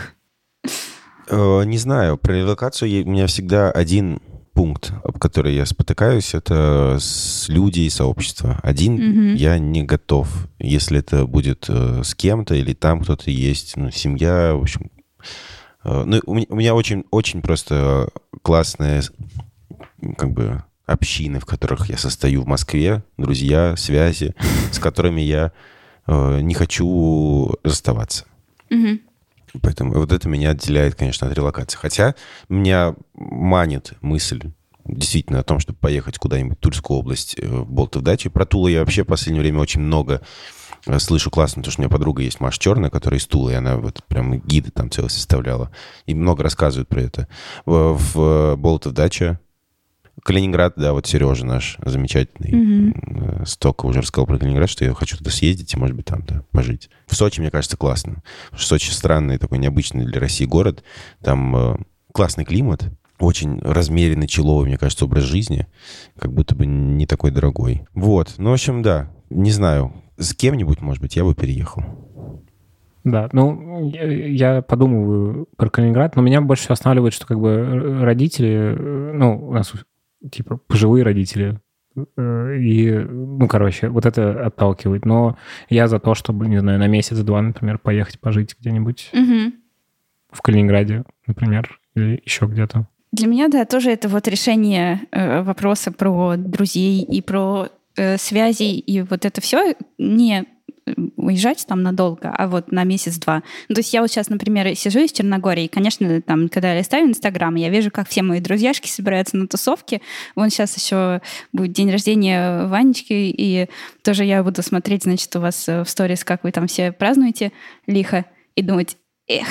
Не знаю, про релокацию у меня всегда один пункт, об который я спотыкаюсь, это с люди и сообщество. Один mm-hmm. я не готов. Если это будет э, с кем-то или там кто-то есть, ну, семья, в общем. Э, ну, у меня, у меня очень, очень просто классная, как бы, общины, в которых я состою в Москве, друзья, связи, с которыми я э, не хочу расставаться. Mm-hmm. Поэтому вот это меня отделяет, конечно, от релокации. Хотя меня манит мысль действительно о том, чтобы поехать куда-нибудь в Тульскую область, в Болтов-Даче. Про Тулу я вообще в последнее время очень много слышу классно, потому что у меня подруга есть, Маша Черная, которая из Тулы, и она вот прям гиды там целые составляла. И много рассказывают про это. В, в Болтов-Дача, Калининград, да, вот Сережа наш замечательный, mm-hmm. столько уже рассказал про Калининград, что я хочу туда съездить и, может быть, там да, пожить. В Сочи, мне кажется, классно. Потому что Сочи странный, такой необычный для России город. Там э, классный климат, очень размеренный, человый, мне кажется, образ жизни, как будто бы не такой дорогой. Вот, ну, в общем, да, не знаю, с кем-нибудь, может быть, я бы переехал. Да, ну, я, я подумываю про Калининград, но меня больше всего останавливает, что как бы родители, ну, у нас типа пожилые родители, и, ну, короче, вот это отталкивает. Но я за то, чтобы, не знаю, на месяц-два, например, поехать пожить где-нибудь угу. в Калининграде, например, или еще где-то. Для меня, да, тоже это вот решение э, вопроса про друзей и про э, связи, и вот это все не уезжать там надолго, а вот на месяц-два. Ну, то есть я вот сейчас, например, сижу из Черногории, и, конечно, там, когда я листаю Инстаграм, я вижу, как все мои друзьяшки собираются на тусовки. Вон сейчас еще будет день рождения Ванечки, и тоже я буду смотреть, значит, у вас в сторис, как вы там все празднуете лихо, и думать, эх,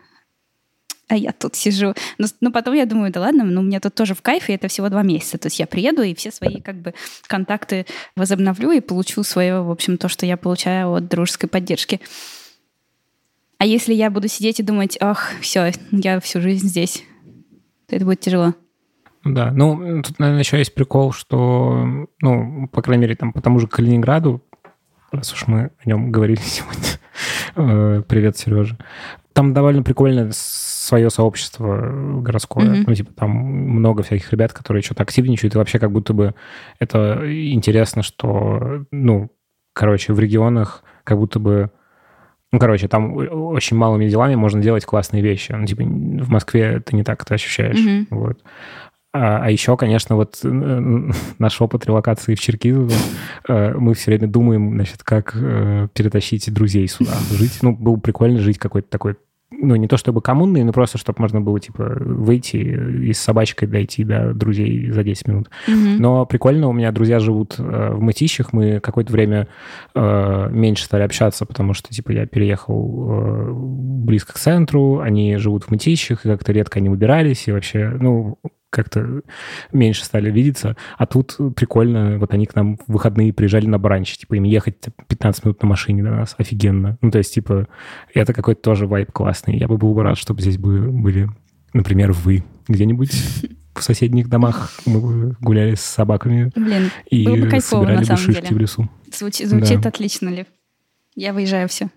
а я тут сижу. Но, но потом я думаю, да ладно, ну, у меня тут тоже в кайф, и это всего два месяца. То есть я приеду и все свои как бы контакты возобновлю и получу свое, в общем, то, что я получаю от дружеской поддержки. А если я буду сидеть и думать, ах, все, я всю жизнь здесь, то это будет тяжело. Да, ну, тут, наверное, еще есть прикол, что, ну, по крайней мере, там, по тому же Калининграду, раз уж мы о нем говорили сегодня, привет, Сережа, там довольно прикольное свое сообщество городское. Mm-hmm. Ну, типа, там много всяких ребят, которые что-то активничают, и вообще как будто бы это интересно, что, ну, короче, в регионах как будто бы... Ну, короче, там очень малыми делами можно делать классные вещи. Ну, типа, в Москве ты не так это ощущаешь. Mm-hmm. Вот. А, а еще, конечно, вот наш опыт релокации в Черкизово, мы все время думаем, значит, как перетащить друзей сюда жить. Ну, было бы прикольно жить какой-то такой, ну, не то чтобы коммунный, но просто, чтобы можно было, типа, выйти и с собачкой дойти до друзей за десять минут. Mm-hmm. Но прикольно, у меня друзья живут э, в Мытищах, мы какое-то время э, меньше стали общаться, потому что, типа, я переехал э, близко к центру, они живут в Мытищах, и как-то редко они выбирались, и вообще, ну... как-то меньше стали видеться. А тут прикольно, вот они к нам в выходные приезжали на бранч, типа им ехать пятнадцать минут на машине до нас, офигенно. Ну, то есть, типа, это какой-то тоже вайб классный. Я бы был бы рад, чтобы здесь бы были, например, вы где-нибудь в соседних домах. Мы бы гуляли с собаками. Блин, и было бы кайфово, собирали на бы самом шишки деле. В лесу. Звучит, звучит да. Отлично, Лев. Я выезжаю все.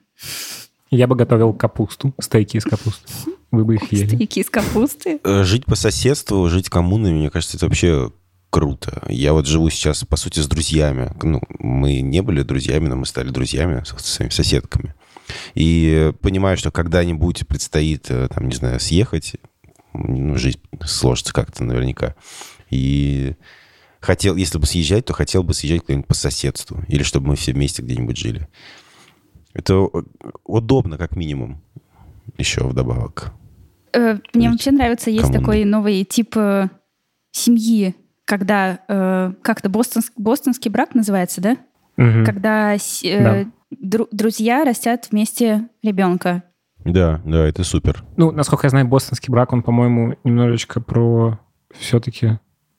Я бы готовил капусту, стейки из капусты. Вы бы их ели. Стейки из капусты? Жить по соседству, жить коммунами, мне кажется, это вообще круто. Я вот живу сейчас, по сути, с друзьями. Ну, мы не были друзьями, но мы стали друзьями со своими соседками. И понимаю, что когда-нибудь предстоит, там, не знаю, съехать. Ну, жизнь сложится как-то наверняка. И хотел, если бы съезжать, то хотел бы съезжать куда-нибудь по соседству. Или чтобы мы все вместе где-нибудь жили. Это удобно, как минимум, еще вдобавок. Мне вообще нравится, есть коммуны. Такой новый тип э, семьи, когда э, как-то бостонский, бостонский брак называется, да? Угу. Когда э, да. дру, друзья растят вместе ребенка. Да, да, это супер. Ну, насколько я знаю, бостонский брак, он, по-моему, немножечко про все-таки...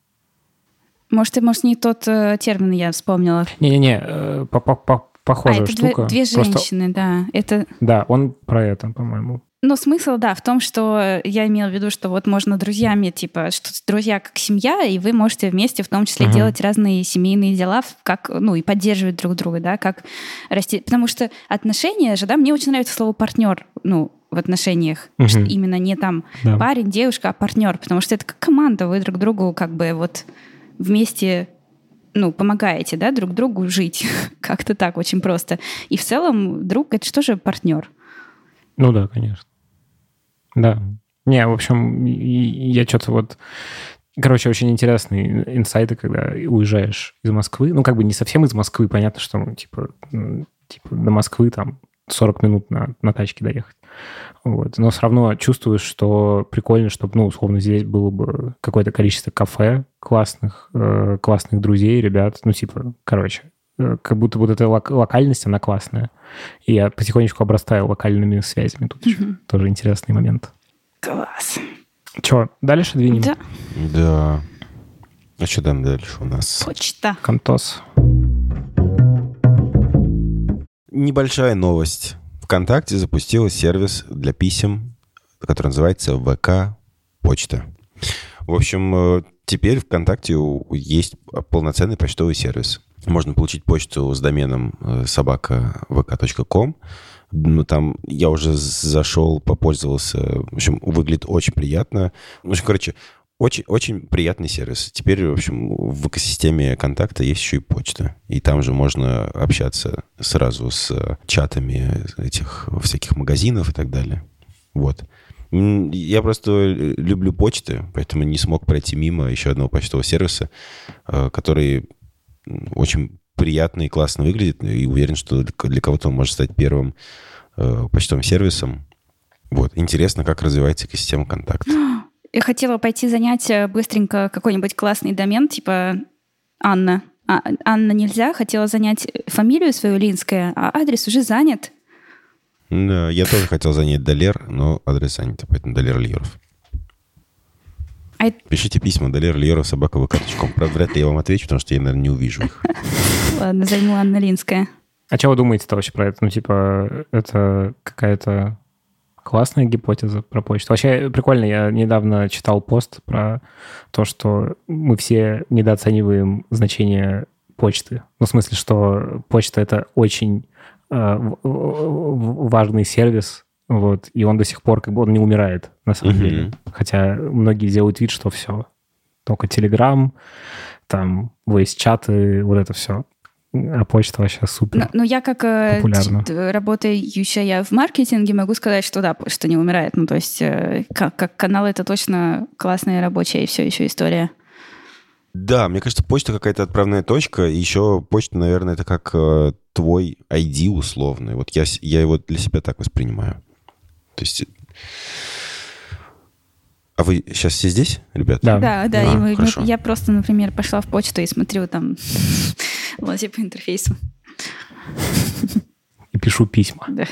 Может, может не тот э, термин я вспомнила. Не-не-не, э, по-по-по похожая а, это штука. Две, две женщины, Просто... да. Это... Да, он про это, по-моему. Ну, смысл, да, в том, что я имела в виду, что вот можно друзьями, типа, что друзья как семья, и вы можете вместе в том числе uh-huh. делать разные семейные дела, как, ну, и поддерживать друг друга, да, как расти. Потому что отношения же, да, мне очень нравится слово «партнер», ну, в отношениях. Uh-huh. Что именно не там да. парень, девушка, а партнер, потому что это как команда, вы друг другу как бы вот вместе... ну, помогаете, да, друг другу жить. Как-то так, очень просто. И в целом друг — это что же партнер? Ну да, конечно. Да. Не, в общем, я что-то вот... Короче, очень интересные инсайты, когда уезжаешь из Москвы. Ну, как бы не совсем из Москвы. Понятно, что, ну, типа, ну, типа до Москвы там сорок минут на, на тачке доехать. Вот. Но все равно чувствуешь, что прикольно, чтобы, ну, условно, здесь было бы какое-то количество кафе классных, э, классных друзей, ребят. Ну, типа, короче, э, как будто вот эта лок- локальность, она классная. И я потихонечку обрастаю локальными связями. Тут еще mm-hmm. тоже интересный момент. Класс. Че, дальше двинем? Да. Да. А что там дальше у нас? Почта. Контос. Небольшая новость. ВКонтакте запустила сервис для писем, который называется ВК Почта. В общем, теперь ВКонтакте есть полноценный почтовый сервис. Можно получить почту с доменом собака вэ ка точка ком. Ну, там я уже зашел, попользовался. В общем, выглядит очень приятно. В общем, короче, очень, очень приятный сервис. Теперь, в общем, в экосистеме контакта есть еще и почта. И там же можно общаться сразу с чатами этих всяких магазинов и так далее. Вот. Я просто люблю почты, поэтому не смог пройти мимо еще одного почтового сервиса, который очень приятно и классно выглядит. И уверен, что для кого-то он может стать первым почтовым сервисом. Вот. Интересно, как развивается экосистема контакта. Я хотела пойти занять быстренько какой-нибудь классный домен, типа Анна. А, Анна нельзя, хотела занять фамилию свою Линская, а адрес уже занят. Да, я тоже хотел занять Долер, но адрес занят, поэтому Долер Льеров. А... Пишите письма Долер Льеров собака вэ ка точка ком. Правда, вряд ли я вам отвечу, потому что я, наверное, не увижу их. Ладно, займу Анна Линская. А что вы думаете-то вообще про это? Ну, типа, это какая-то... Классная гипотеза про почту. Вообще прикольно, я недавно читал пост про то, что мы все недооцениваем значение почты. Ну, в смысле, что почта — это очень э, важный сервис, вот, и он до сих пор как бы он не умирает, на самом mm-hmm. деле. Хотя многие делают вид, что все. Только Telegram, там, voice-чаты, вот это все. А почта вообще супер но, но я как популярна. Работающая в маркетинге могу сказать, что да, почта не умирает. Ну, то есть как, как канал это точно классная рабочая и все еще история. Да, мне кажется, почта какая-то отправная точка. И еще почта, наверное, это как э, твой ай ди условный. Вот я, я его для себя так воспринимаю. То есть... А вы сейчас все здесь, ребят? Да, да. да а, и мы, мы, я просто, например, пошла в почту и смотрю там... лазю по интерфейсу. И пишу письма. Да.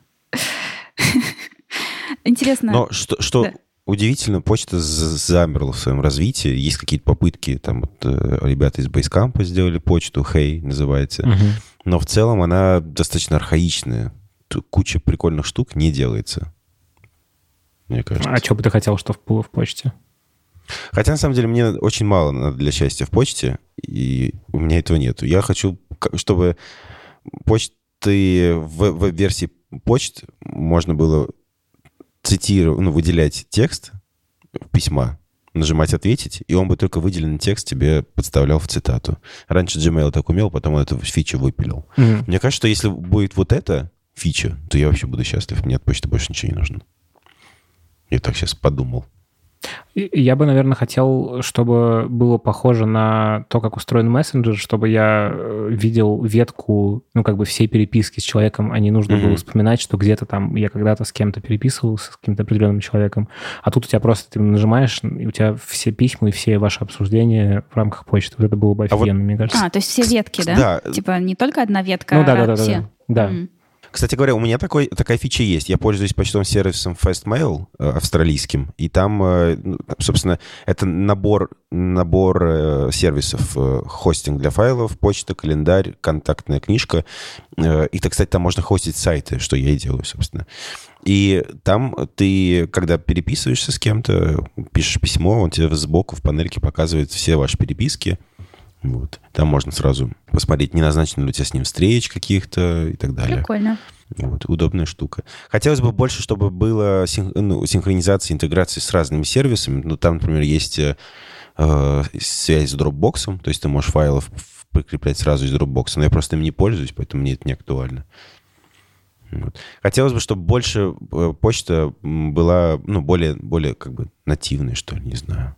Интересно. Но что, что да. удивительно, почта замерла в своем развитии. Есть какие-то попытки, там вот ребята из Basecamp сделали почту, Hey называется. Угу. Но в целом она достаточно архаичная. Тут куча прикольных штук не делается, мне кажется. А что бы ты хотел, что было в почте? Хотя, на самом деле, мне очень мало надо для счастья в почте, и у меня этого нету. Я хочу, чтобы почты в веб-версии почт можно было цитировать, ну, выделять текст письма, нажимать «Ответить», и он бы только выделенный текст тебе подставлял в цитату. Раньше Gmail так умел, потом он эту фичу выпилил. Mm-hmm. Мне кажется, что если будет вот эта фича, то я вообще буду счастлив. Мне от почты больше ничего не нужно. Я так сейчас подумал. Я бы, наверное, хотел, чтобы было похоже на то, как устроен мессенджер, чтобы я видел ветку, ну, как бы всей переписки с человеком, а не нужно mm-hmm. было вспоминать, что где-то там я когда-то с кем-то переписывался, с каким-то определенным человеком, а тут у тебя просто ты нажимаешь, и у тебя все письма и все ваши обсуждения в рамках почты. Вот это было бы офигенно, а вот... мне кажется. А, то есть все ветки, да? Да. Типа не только одна ветка, ну, да, а да, да, все? Да, да. Mm-hmm. Кстати говоря, у меня такой, такая фича есть. Я пользуюсь почтовым сервисом Fastmail э, австралийским, и там, э, собственно, это набор, набор э, сервисов. Э, хостинг для файлов, почта, календарь, контактная книжка. Э, и, кстати, там можно хостить сайты, что я и делаю, собственно. И там ты, когда переписываешься с кем-то, пишешь письмо, он тебе сбоку в панельке показывает все ваши переписки. Вот. Там можно сразу посмотреть, не назначены ли у тебя с ним встреч каких-то и так далее. Прикольно. Вот. Удобная штука. Хотелось бы больше, чтобы было синх... ну, синхронизация, интеграция с разными сервисами. Ну, там, например, есть э, связь с Dropbox, то есть ты можешь файлы прикреплять сразу из Dropbox, но я просто им не пользуюсь, поэтому мне это не актуально. Вот. Хотелось бы, чтобы больше э, почта была, ну, более, более как бы нативной, что ли, не знаю.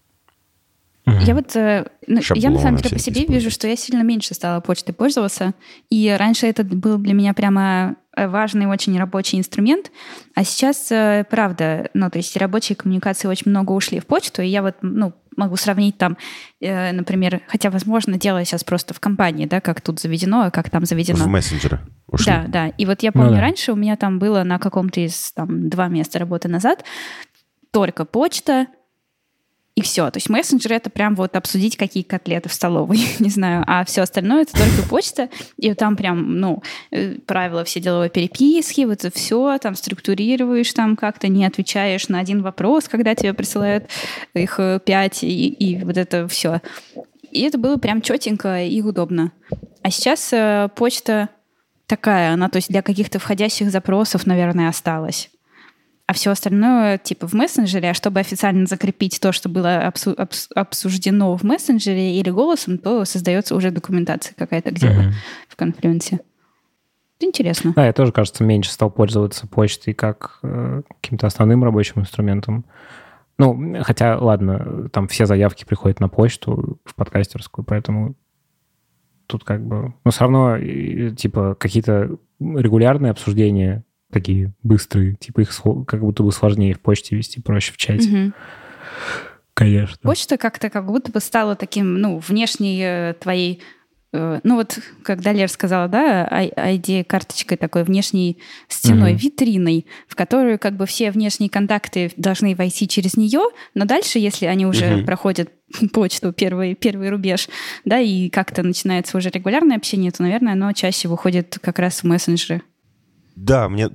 Я вот, ну, я на самом деле по себе вижу, что я сильно меньше стала почтой пользоваться. И раньше это было для меня прямо важный, очень рабочий инструмент. А сейчас, правда, ну, то есть рабочие коммуникации очень много ушли в почту, и я вот, ну, могу сравнить там, э, например, хотя, возможно, дело сейчас просто в компании, да, как тут заведено, а как там заведено. В мессенджеры ушли. Да, да. И вот я помню, ну, да. раньше у меня там было на каком-то из там два места работы назад только почта, и все. То есть мессенджер — это прям вот обсудить, какие котлеты в столовой, не знаю. А все остальное — это только почта. И там прям, ну, правила все деловой переписки, вот это все, там структурируешь, там как-то не отвечаешь на один вопрос, когда тебе присылают их пять, и, и вот это все. И это было прям четенько и удобно. А сейчас э, почта такая, она, то есть для каких-то входящих запросов, наверное, осталась. А все остальное типа в мессенджере, а чтобы официально закрепить то, что было обсу- обс- обсуждено в мессенджере или голосом, то создается уже документация какая-то где-то mm-hmm. в конфлюенсе. Это интересно. Да, я тоже, кажется, меньше стал пользоваться почтой как э, каким-то основным рабочим инструментом. Ну, хотя, ладно, там все заявки приходят на почту в подкастерскую, поэтому тут как бы... Но все равно, типа, какие-то регулярные обсуждения такие быстрые, типа их как будто бы сложнее в почте вести, проще в чате. Угу. Конечно. Почта как-то как будто бы стала таким, ну, внешней э, твоей... Э, ну вот, как Далер сказала, да, ай ди-карточкой такой внешней стеной, угу. витриной, в которую как бы все внешние контакты должны войти через нее, но дальше, если они уже угу. проходят почту, первый, первый рубеж, да, и как-то начинается уже регулярное общение, то, наверное, оно чаще выходит как раз в мессенджеры. Да, мне,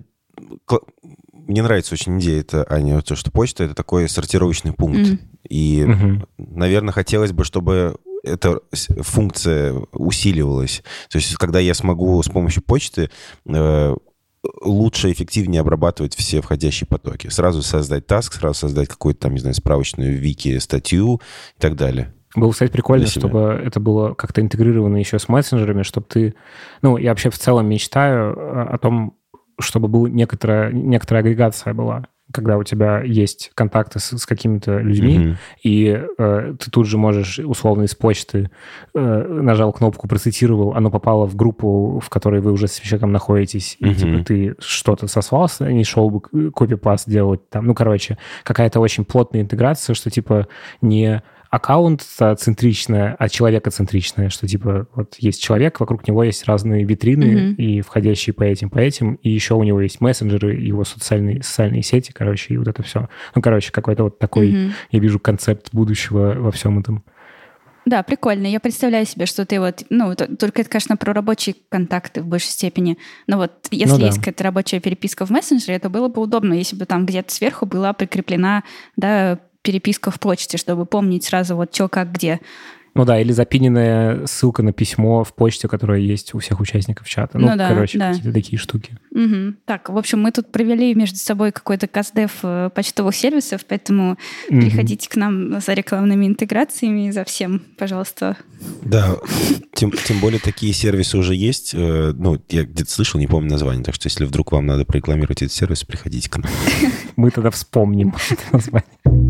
мне нравится очень идея эта, Аня, то, что почта — это такой сортировочный пункт. Mm. И, mm-hmm. наверное, хотелось бы, чтобы эта функция усиливалась. То есть, когда я смогу с помощью почты э, лучше, эффективнее обрабатывать все входящие потоки. Сразу создать таск, сразу создать какую-то там, не знаю, справочную вики, статью и так далее. Было, кстати, прикольно, чтобы это было как-то интегрировано еще с мессенджерами, чтобы ты... Ну, я вообще в целом мечтаю о том, чтобы была некоторая, некоторая агрегация была, когда у тебя есть контакты с, с какими-то людьми, mm-hmm. и э, ты тут же можешь, условно, из почты э, нажал кнопку, процитировал, оно попало в группу, в которой вы уже с человеком находитесь, mm-hmm. и типа ты что-то сосвался, не шел бы копипаст делать там. Ну, короче, какая-то очень плотная интеграция, что типа не... аккаунт-центричная, а человекоцентричная, что типа вот есть человек, вокруг него есть разные витрины, mm-hmm. и входящие по этим, по этим, и еще у него есть мессенджеры, его социальные, социальные сети, короче, и вот это все. Ну, короче, какой-то вот такой, mm-hmm. я вижу, концепт будущего во всем этом. Да, прикольно. Я представляю себе, что ты вот... Ну, только это, конечно, про рабочие контакты в большей степени. Но вот если ну, да. есть какая-то рабочая переписка в мессенджере, это было бы удобно, если бы там где-то сверху была прикреплена, да, переписка в почте, чтобы помнить сразу вот что, как, где. Ну да, или запиненная ссылка на письмо в почте, которая есть у всех участников чата. Ну, ну да, короче, да. какие-то такие штуки. Угу. Так, в общем, мы тут провели между собой какой-то каздев почтовых сервисов, поэтому угу. приходите к нам за рекламными интеграциями, за всем, пожалуйста. Да, тем, тем более такие сервисы уже есть. Ну, я где-то слышал, не помню название, так что если вдруг вам надо прорекламировать этот сервис, приходите к нам. Мы тогда вспомним это название.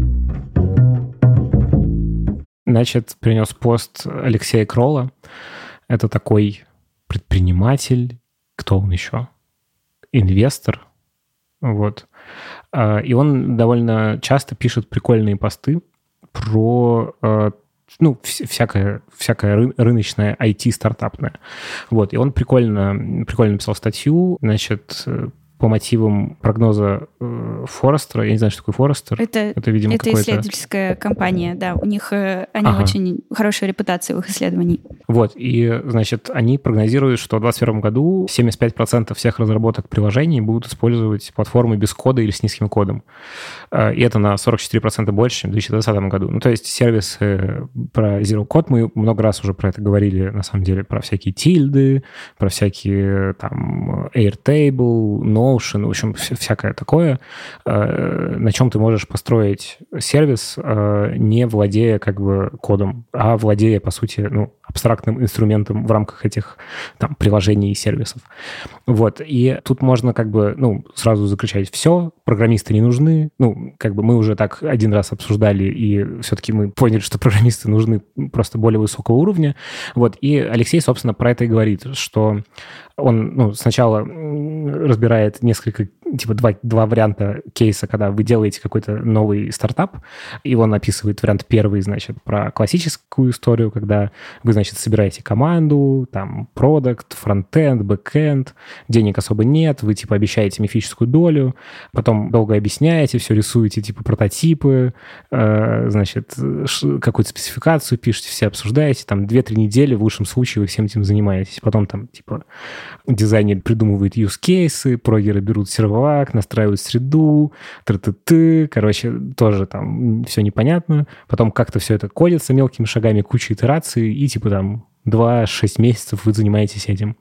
Значит, принес пост Алексея Кролла. Это такой предприниматель. Кто он еще? Инвестор. Вот. И он довольно часто пишет прикольные посты про, ну, всякое, всякое рыночное ай ти-стартапное. Вот. И он прикольно, прикольно написал статью, значит, по мотивам прогноза э, Форестера. Я не знаю, что такое Форестер. Это, это, видимо, это исследовательская компания, да. У них э, они ага. очень хорошая репутация в их исследований. Вот, и, значит, они прогнозируют, что в двадцать первом году семьдесят пять процентов всех разработок приложений будут использовать платформы без кода или с низким кодом. Э, и это на сорок четыре процента больше, чем в две тысячи двадцатом году. Ну, то есть сервисы про Zero Code, мы много раз уже про это говорили, на самом деле, про всякие тильды, про всякие там Airtable, но Notion, в общем, всякое такое, на чем ты можешь построить сервис, не владея как бы кодом, а владея, по сути, ну, абстрактным инструментом в рамках этих там приложений и сервисов. Вот. И тут можно как бы, ну, сразу закричать: все, программисты не нужны. Ну, как бы мы уже так один раз обсуждали, и все-таки мы поняли, что программисты нужны просто более высокого уровня. Вот. И Алексей, собственно, про это и говорит, что он, ну, сначала разбирает несколько, типа, два, два варианта кейса, когда вы делаете какой-то новый стартап, и он описывает вариант первый, значит, про классическую историю, когда вы, значит, собираете команду, там, продакт, фронтенд, бэкенд, денег особо нет, вы, типа, обещаете мифическую долю, потом долго объясняете, все рисуете, типа, прототипы, э, значит, какую-то спецификацию пишете, все обсуждаете, там, две-три недели, в лучшем случае, вы всем этим занимаетесь. Потом, там, типа, дизайнер придумывает use cases, прогеры берут сервак, настраивают среду, т-т-т, короче, тоже там все непонятно. Потом как-то все это кодится мелкими шагами, куча итераций, и типа там два-шесть месяцев вы занимаетесь этим.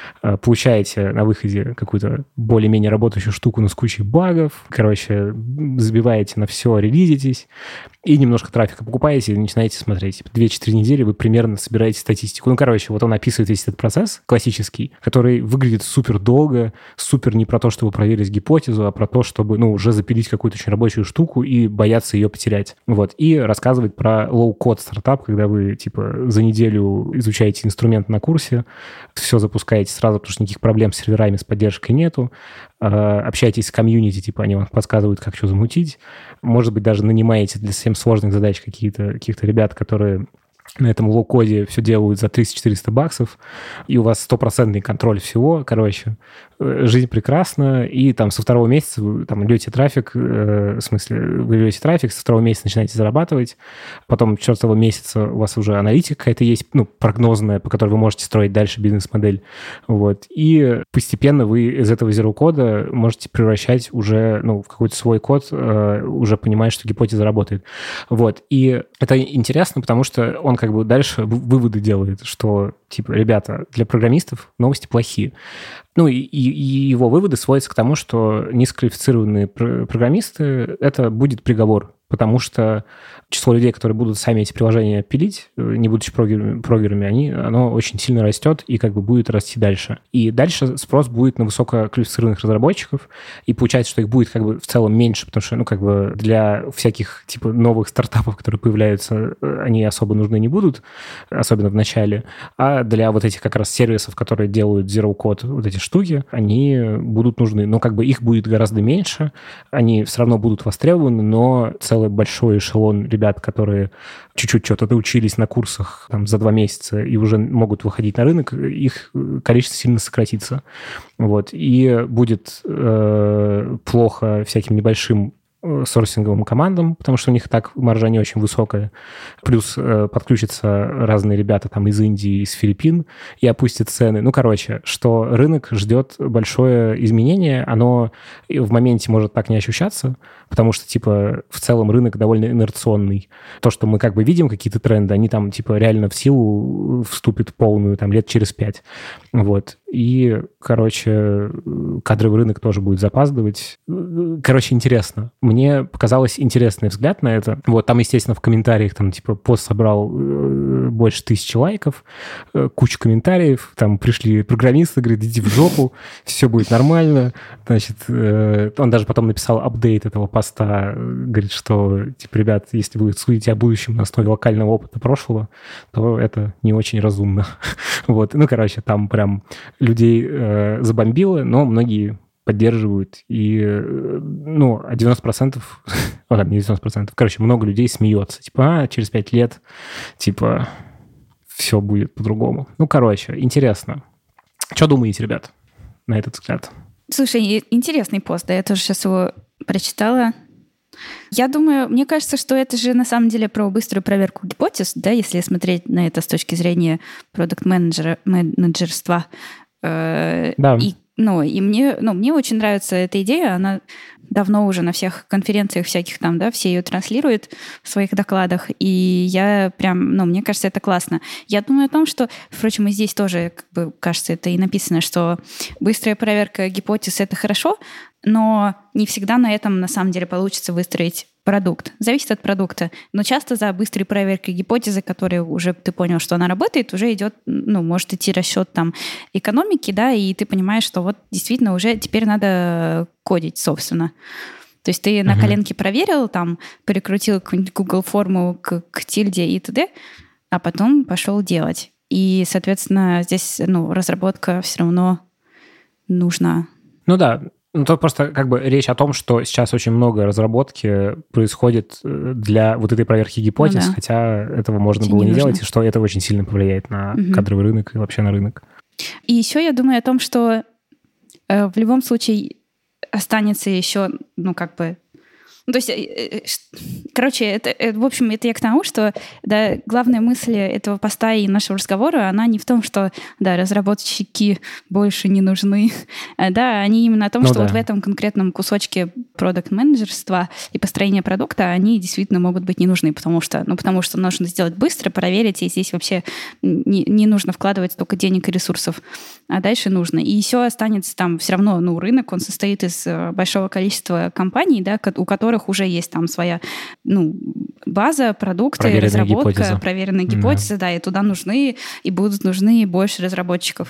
Получаете на выходе какую-то более-менее работающую штуку, но с кучей багов. Короче, забиваете на все, релизитесь, и немножко трафика покупаете, и начинаете смотреть. две-четыре недели вы примерно собираете статистику. Ну, короче, вот он описывает весь этот процесс классический, который выглядит супер долго, супер не про то, чтобы проверить гипотезу, а про то, чтобы, ну, уже запилить какую-то очень рабочую штуку и бояться ее потерять. Вот. И рассказывает про low-code стартап, когда вы, типа, за неделю изучаете инструмент на курсе, все запускаете сразу, потому что никаких проблем с серверами, с поддержкой нету, общаетесь с комьюнити, типа, они вам подсказывают, как что замутить, может быть, даже нанимаете для совсем сложных задач какие-то, каких-то ребят, которые на этом лоу-коде все делают за триста-четыреста баксов, и у вас стопроцентный контроль всего, короче, жизнь прекрасна, и там со второго месяца вы там льете трафик, э, в смысле, вы льете трафик, со второго месяца начинаете зарабатывать, потом четвертого месяца у вас уже аналитика какая-то есть, ну, прогнозная, по которой вы можете строить дальше бизнес-модель, вот, и постепенно вы из этого зеро-кода можете превращать уже, ну, в какой-то свой код, э, уже понимая, что гипотеза работает, вот, и это интересно, потому что он как бы дальше выводы делает, что, типа, ребята, для программистов новости плохие. Ну, и, и его выводы сводятся к тому, что низкоквалифицированные программисты — это будет приговор, потому что число людей, которые будут сами эти приложения пилить, не будучи прогерами, прогерами они, оно очень сильно растет и как бы будет расти дальше. И дальше спрос будет на высококвалифицированных разработчиков, и получается, что их будет как бы в целом меньше, потому что, ну, как бы для всяких типа новых стартапов, которые появляются, они особо нужны не будут, особенно в начале, а для вот этих как раз сервисов, которые делают zero code, вот эти штуки, они будут нужны. Но как бы их будет гораздо меньше, они все равно будут востребованы, но целый большой эшелон ребят, которые чуть-чуть что-то доучились на курсах там, за два месяца и уже могут выходить на рынок, их количество сильно сократится. Вот. И будет э, плохо всяким небольшим сорсинговым командам, потому что у них так маржа не очень высокая. Плюс э, подключатся разные ребята там из Индии, из Филиппин и опустят цены. Ну, короче, что рынок ждет большое изменение, оно в моменте может так не ощущаться, потому что, типа, в целом рынок довольно инерционный. То, что мы как бы видим какие-то тренды, они там, типа, реально в силу вступят полную там лет через пять. Вот. И, короче, кадровый рынок тоже будет запаздывать. Короче, интересно. Мне показалось интересный взгляд на это. Вот, там, естественно, в комментариях, там, типа, пост собрал э, больше тысячи лайков, э, куча комментариев, там пришли программисты, говорят, иди в жопу, все будет нормально. Значит, э, он даже потом написал апдейт этого поста, говорит, что, типа, ребят, если вы судите о будущем на основе локального опыта прошлого, то это не очень разумно. Вот, ну, короче, там прям людей э, забомбило, но многие поддерживают. И, э, ну, а девяносто процентов, ладно, не девяносто процентов, короче, много людей смеется. Типа, а, через пять лет, типа, все будет по-другому. Ну, короче, интересно. Что думаете, ребят, на этот взгляд? Слушай, интересный пост, да, я тоже сейчас его прочитала. Я думаю, мне кажется, что это же на самом деле про быструю проверку гипотез, да, если смотреть на это с точки зрения продакт-менеджера, менеджерства. Да. И, ну, и мне, ну, мне очень нравится эта идея, она давно уже на всех конференциях всяких там, да, все ее транслируют в своих докладах, и я прям, ну, мне кажется, это классно. Я думаю о том, что, впрочем, и здесь тоже, как бы, кажется, это и написано, что быстрая проверка гипотез — это хорошо, но не всегда на этом, на самом деле, получится выстроить продукт. Зависит от продукта. Но часто за быстрой проверкой гипотезы, которая уже ты понял, что она работает, уже идет, ну, может идти расчет там экономики, да, и ты понимаешь, что вот действительно уже теперь надо кодить, собственно. То есть ты uh-huh. на коленке проверил, там, перекрутил какую-нибудь Google форму к, к тильде и т.д., а потом пошел делать. И, соответственно, здесь, ну, разработка все равно нужна. Ну да. Ну, тут просто как бы речь о том, что сейчас очень много разработки происходит для вот этой проверки гипотез, ну, да. хотя этого можно Вообще было не, не делать, и что это очень сильно повлияет на угу. кадровый рынок и вообще на рынок. И еще я думаю о том, что э, в любом случае останется еще, ну, как бы... Ну, то есть, короче, это, это, в общем, это я к тому, что, да, главная мысль этого поста и нашего разговора, она не в том, что, да, разработчики больше не нужны, да, они именно о том, ну, что да. вот в этом конкретном кусочке продакт-менеджерства и построения продукта они действительно могут быть не нужны, потому что, ну, потому что нужно сделать быстро, проверить, и здесь вообще не, не нужно вкладывать столько денег и ресурсов, а дальше нужно. И еще останется там все равно, ну, рынок, он состоит из большого количества компаний, да, у которых уже есть там своя, ну, база, продукты, проверенная разработка, гипотеза. проверенные гипотезы, да. да, и туда нужны, и будут нужны больше разработчиков.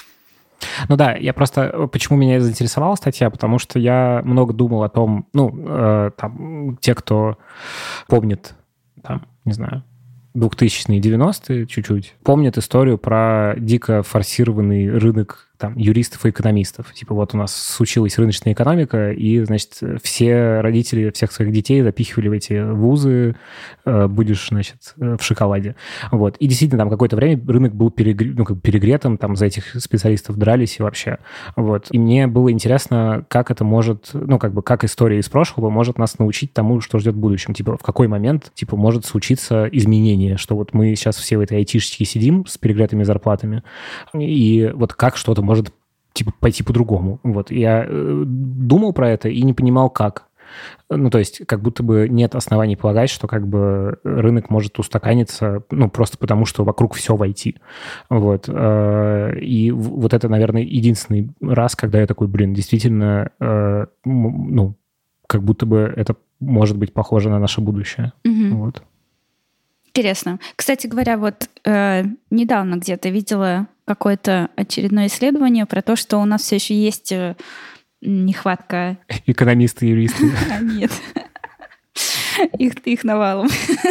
Ну да, я просто... Почему меня заинтересовала статья? Потому что я много думал о том, ну, э, там, те, кто помнит, там, не знаю, двухтысячные, девяностые чуть-чуть, помнят историю про дико форсированный рынок там, юристов и экономистов. Типа вот у нас случилась рыночная экономика, и, значит, все родители всех своих детей запихивали в эти вузы, э, будешь, значит, в шоколаде. Вот. И действительно, там какое-то время рынок был перегр... ну, как бы перегретым, там за этих специалистов дрались и вообще. Вот. И мне было интересно, как это может, ну, как бы, как история из прошлого может нас научить тому, что ждет в будущем. Типа, в какой момент, типа, может случиться изменение, что вот мы сейчас все в этой айтишечке сидим с перегретыми зарплатами, и вот как что-то может может типа пойти по-другому. Вот. Я э, думал про это и не понимал, как. Ну, то есть, как будто бы нет оснований полагать, что как бы рынок может устаканиться, ну, просто потому, что вокруг все в ай ти. Вот. И вот это, наверное, единственный раз, когда я такой, блин, действительно, ну, как будто бы это может быть похоже на наше будущее. Угу. Вот. Интересно. Кстати говоря, вот э, недавно где-то видела какое-то очередное исследование про то, что у нас все еще есть э, нехватка... Экономисты и юристы. Нет. Их, их навалом.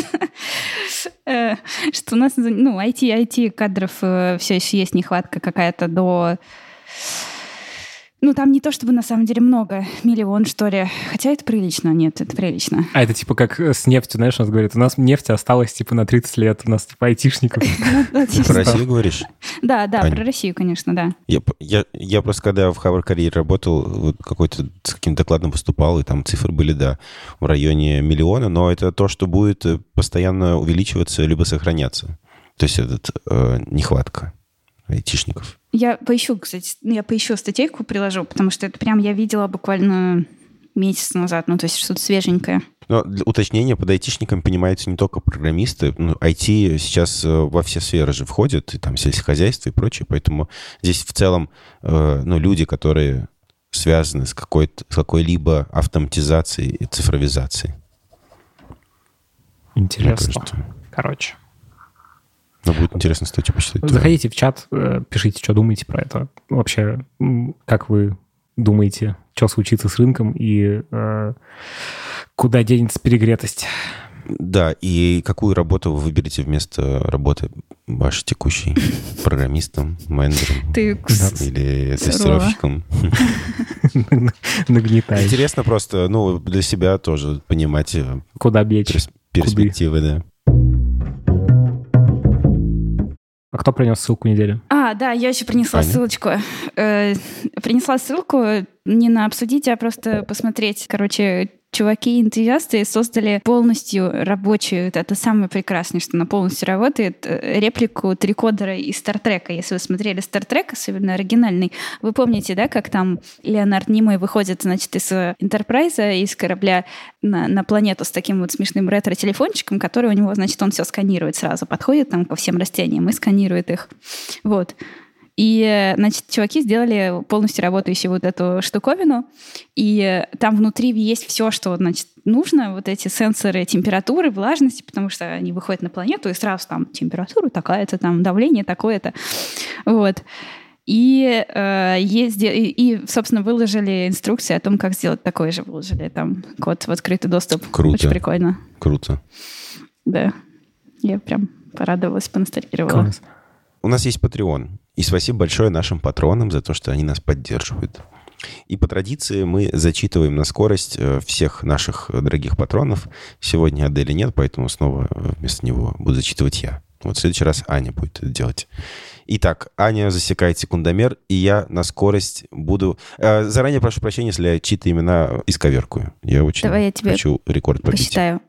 Что у нас, ну, ай ти, ай ти кадров все еще есть нехватка какая-то до... Ну, там не то чтобы на самом деле много, миллион, что ли. Хотя это прилично, нет, это прилично. А это типа как с нефтью, знаешь, у нас говорят, у нас нефти осталось типа на тридцать лет, у нас типа айтишников. Про Россию говоришь? Да, да, про Россию, конечно, да. Я просто когда в Harvard Career работал, какой-то с каким-то докладом выступал, и там цифры были, да, в районе миллиона, но это то, что будет постоянно увеличиваться либо сохраняться. То есть это нехватка айтишников. Я поищу, кстати, я поищу статейку, приложу, потому что это прям я видела буквально месяц назад, ну, то есть что-то свеженькое. Но для уточнения, под айтишниками понимаются не только программисты. Ну, ай ти сейчас во все сферы же входит, и там сельскохозяйство и прочее, поэтому здесь в целом, ну, люди, которые связаны с, какой-то, с какой-либо автоматизацией и цифровизацией. Интересно. Короче. Но будет интересно статью почитать. Заходите в чат, пишите, что думаете про это. Вообще, как вы думаете, что случится с рынком и э, куда денется перегретость? Да, и какую работу вы выберете вместо работы вашей текущей? Программистом, менеджером? Ты или тестировщиком? Нагнетай. Интересно просто, ну, для себя тоже понимать... Куда бечь? Перспективы, да. А кто принес ссылку недели? А, да, я еще принесла Аня? ссылочку. Э, принесла ссылку не на обсудить, а просто посмотреть, короче, чуваки-энтузиасты создали полностью рабочую, это самое прекрасное, что она полностью работает, реплику трикодера из Стартрека. Если вы смотрели Стартрек, особенно оригинальный, вы помните, да, как там Леонард Нимой выходит, значит, из Энтерпрайза, из корабля на, на планету с таким вот смешным ретро-телефончиком, который у него, значит, он все сканирует сразу, подходит там ко всем растениям и сканирует их. Вот. И, значит, чуваки сделали полностью работающую вот эту штуковину, и там внутри есть все, что, значит, нужно, вот эти сенсоры температуры, влажности, потому что они выходят на планету, и сразу там температура такая-то, там давление такое-то, вот. И, э, есть, и, и, собственно, выложили инструкции о том, как сделать такое же, выложили там код в открытый доступ. Круто. Очень прикольно. Круто. Да, я прям порадовалась, поностальгировала. Класс. У нас есть Patreon. И спасибо большое нашим патронам за то, что они нас поддерживают. И по традиции мы зачитываем на скорость всех наших дорогих патронов. Сегодня Адели нет, поэтому снова вместо него буду зачитывать я. Вот в следующий раз Аня будет это делать. Итак, Аня засекает секундомер, и я на скорость буду... Э, заранее прошу прощения, если я чьи-то имена исковеркую. Я очень Давай я тебе хочу рекорд побить. Посчитаю.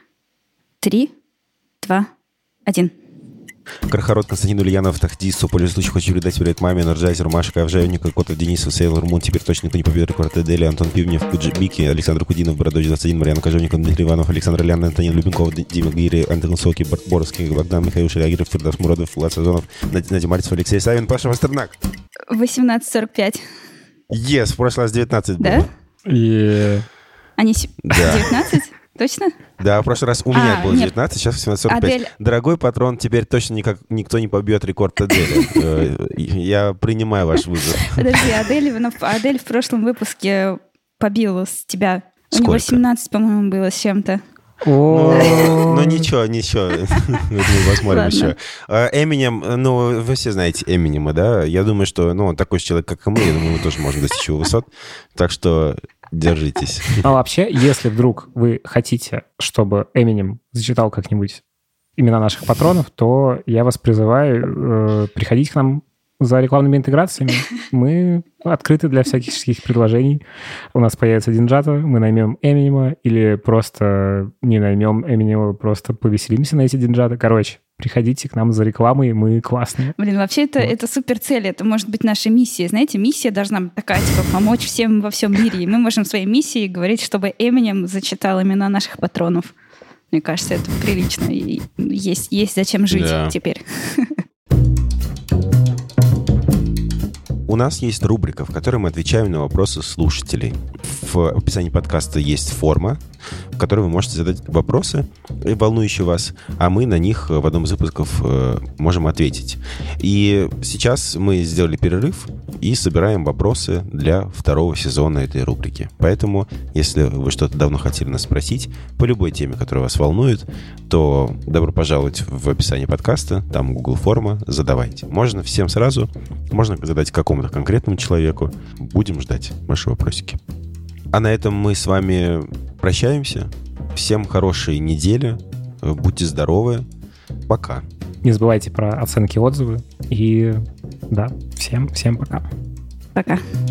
Три, два, один. Крахород, Константин Ульянов, Тахдис, Сополь, случай, хочу передать привет маме, Норджайзер, Маша Ковжевника, Котов, Денисов, Сейлор Мун, теперь точно никто не победит рекорд Эдели, Антон Пивнев, Куджи Бики, Александр Кудинов, Бородович, двадцать один, Марьяна Кожевников, Дмитрий Иванов, Александр Лян, Антонин Любенков, Дима Гири, Антон Соки, Боровский, Богдан, Михаил Шелягеров, Фердос Мурадов, Влад Сазонов, Надя Мальцев, Алексей Савин, Паша Пастернак. восемнадцать сорок пять. Yes, в прошлый раз девятнадцать было. Да? И... Они Да. девятнадцать? Точно? Да, в прошлый раз у меня А, было нет. девятнадцать, сейчас восемнадцать сорок пять. Адель- Дорогой патрон, теперь точно никак, никто не побьет рекорд Адели. Э, Я принимаю ваш вызов. Подожди, Адель, ну, Адель в прошлом выпуске побила с тебя. У него Сколько? семнадцать, по-моему, было с чем-то. Ну, ну ничего, ничего. Мы посмотрим Ладно. еще. А, Эминем, ну, вы все знаете Эминема, да? Я думаю, что, ну, он такой же человек, как и мы. Я думаю, мы тоже можем достичь его высот. Так что держитесь. А вообще, если вдруг вы хотите, чтобы Эминем зачитал как-нибудь имена наших патронов, то я вас призываю э, приходить к нам за рекламными интеграциями. Мы открыты для всяких предложений. У нас появится Динджата, мы наймем Эминема или просто не наймем Эминема, просто повеселимся на эти Динджата. Короче, приходите к нам за рекламой, мы классные. Блин, вообще это, Вот. это супер цель, это может быть наша миссия. Знаете, миссия должна быть такая, типа, помочь всем во всем мире. И мы можем своей миссией говорить, чтобы Эминем зачитал имена наших патронов. Мне кажется, это прилично. И есть, есть зачем жить Да. теперь. У нас есть рубрика, в которой мы отвечаем на вопросы слушателей. В описании подкаста есть форма, в которой вы можете задать вопросы, волнующие вас, а мы на них в одном из выпусков э, можем ответить. И сейчас мы сделали перерыв и собираем вопросы для второго сезона этой рубрики. Поэтому, если вы что-то давно хотели нас спросить по любой теме, которая вас волнует, то добро пожаловать в описание подкаста, там Google форма, задавайте. Можно всем сразу, можно задать какому-то конкретному человеку. Будем ждать ваши вопросики. А на этом мы с вами прощаемся. Всем хорошей недели. Будьте здоровы. Пока. Не забывайте про оценки, отзывы. И да, всем, всем пока. Пока.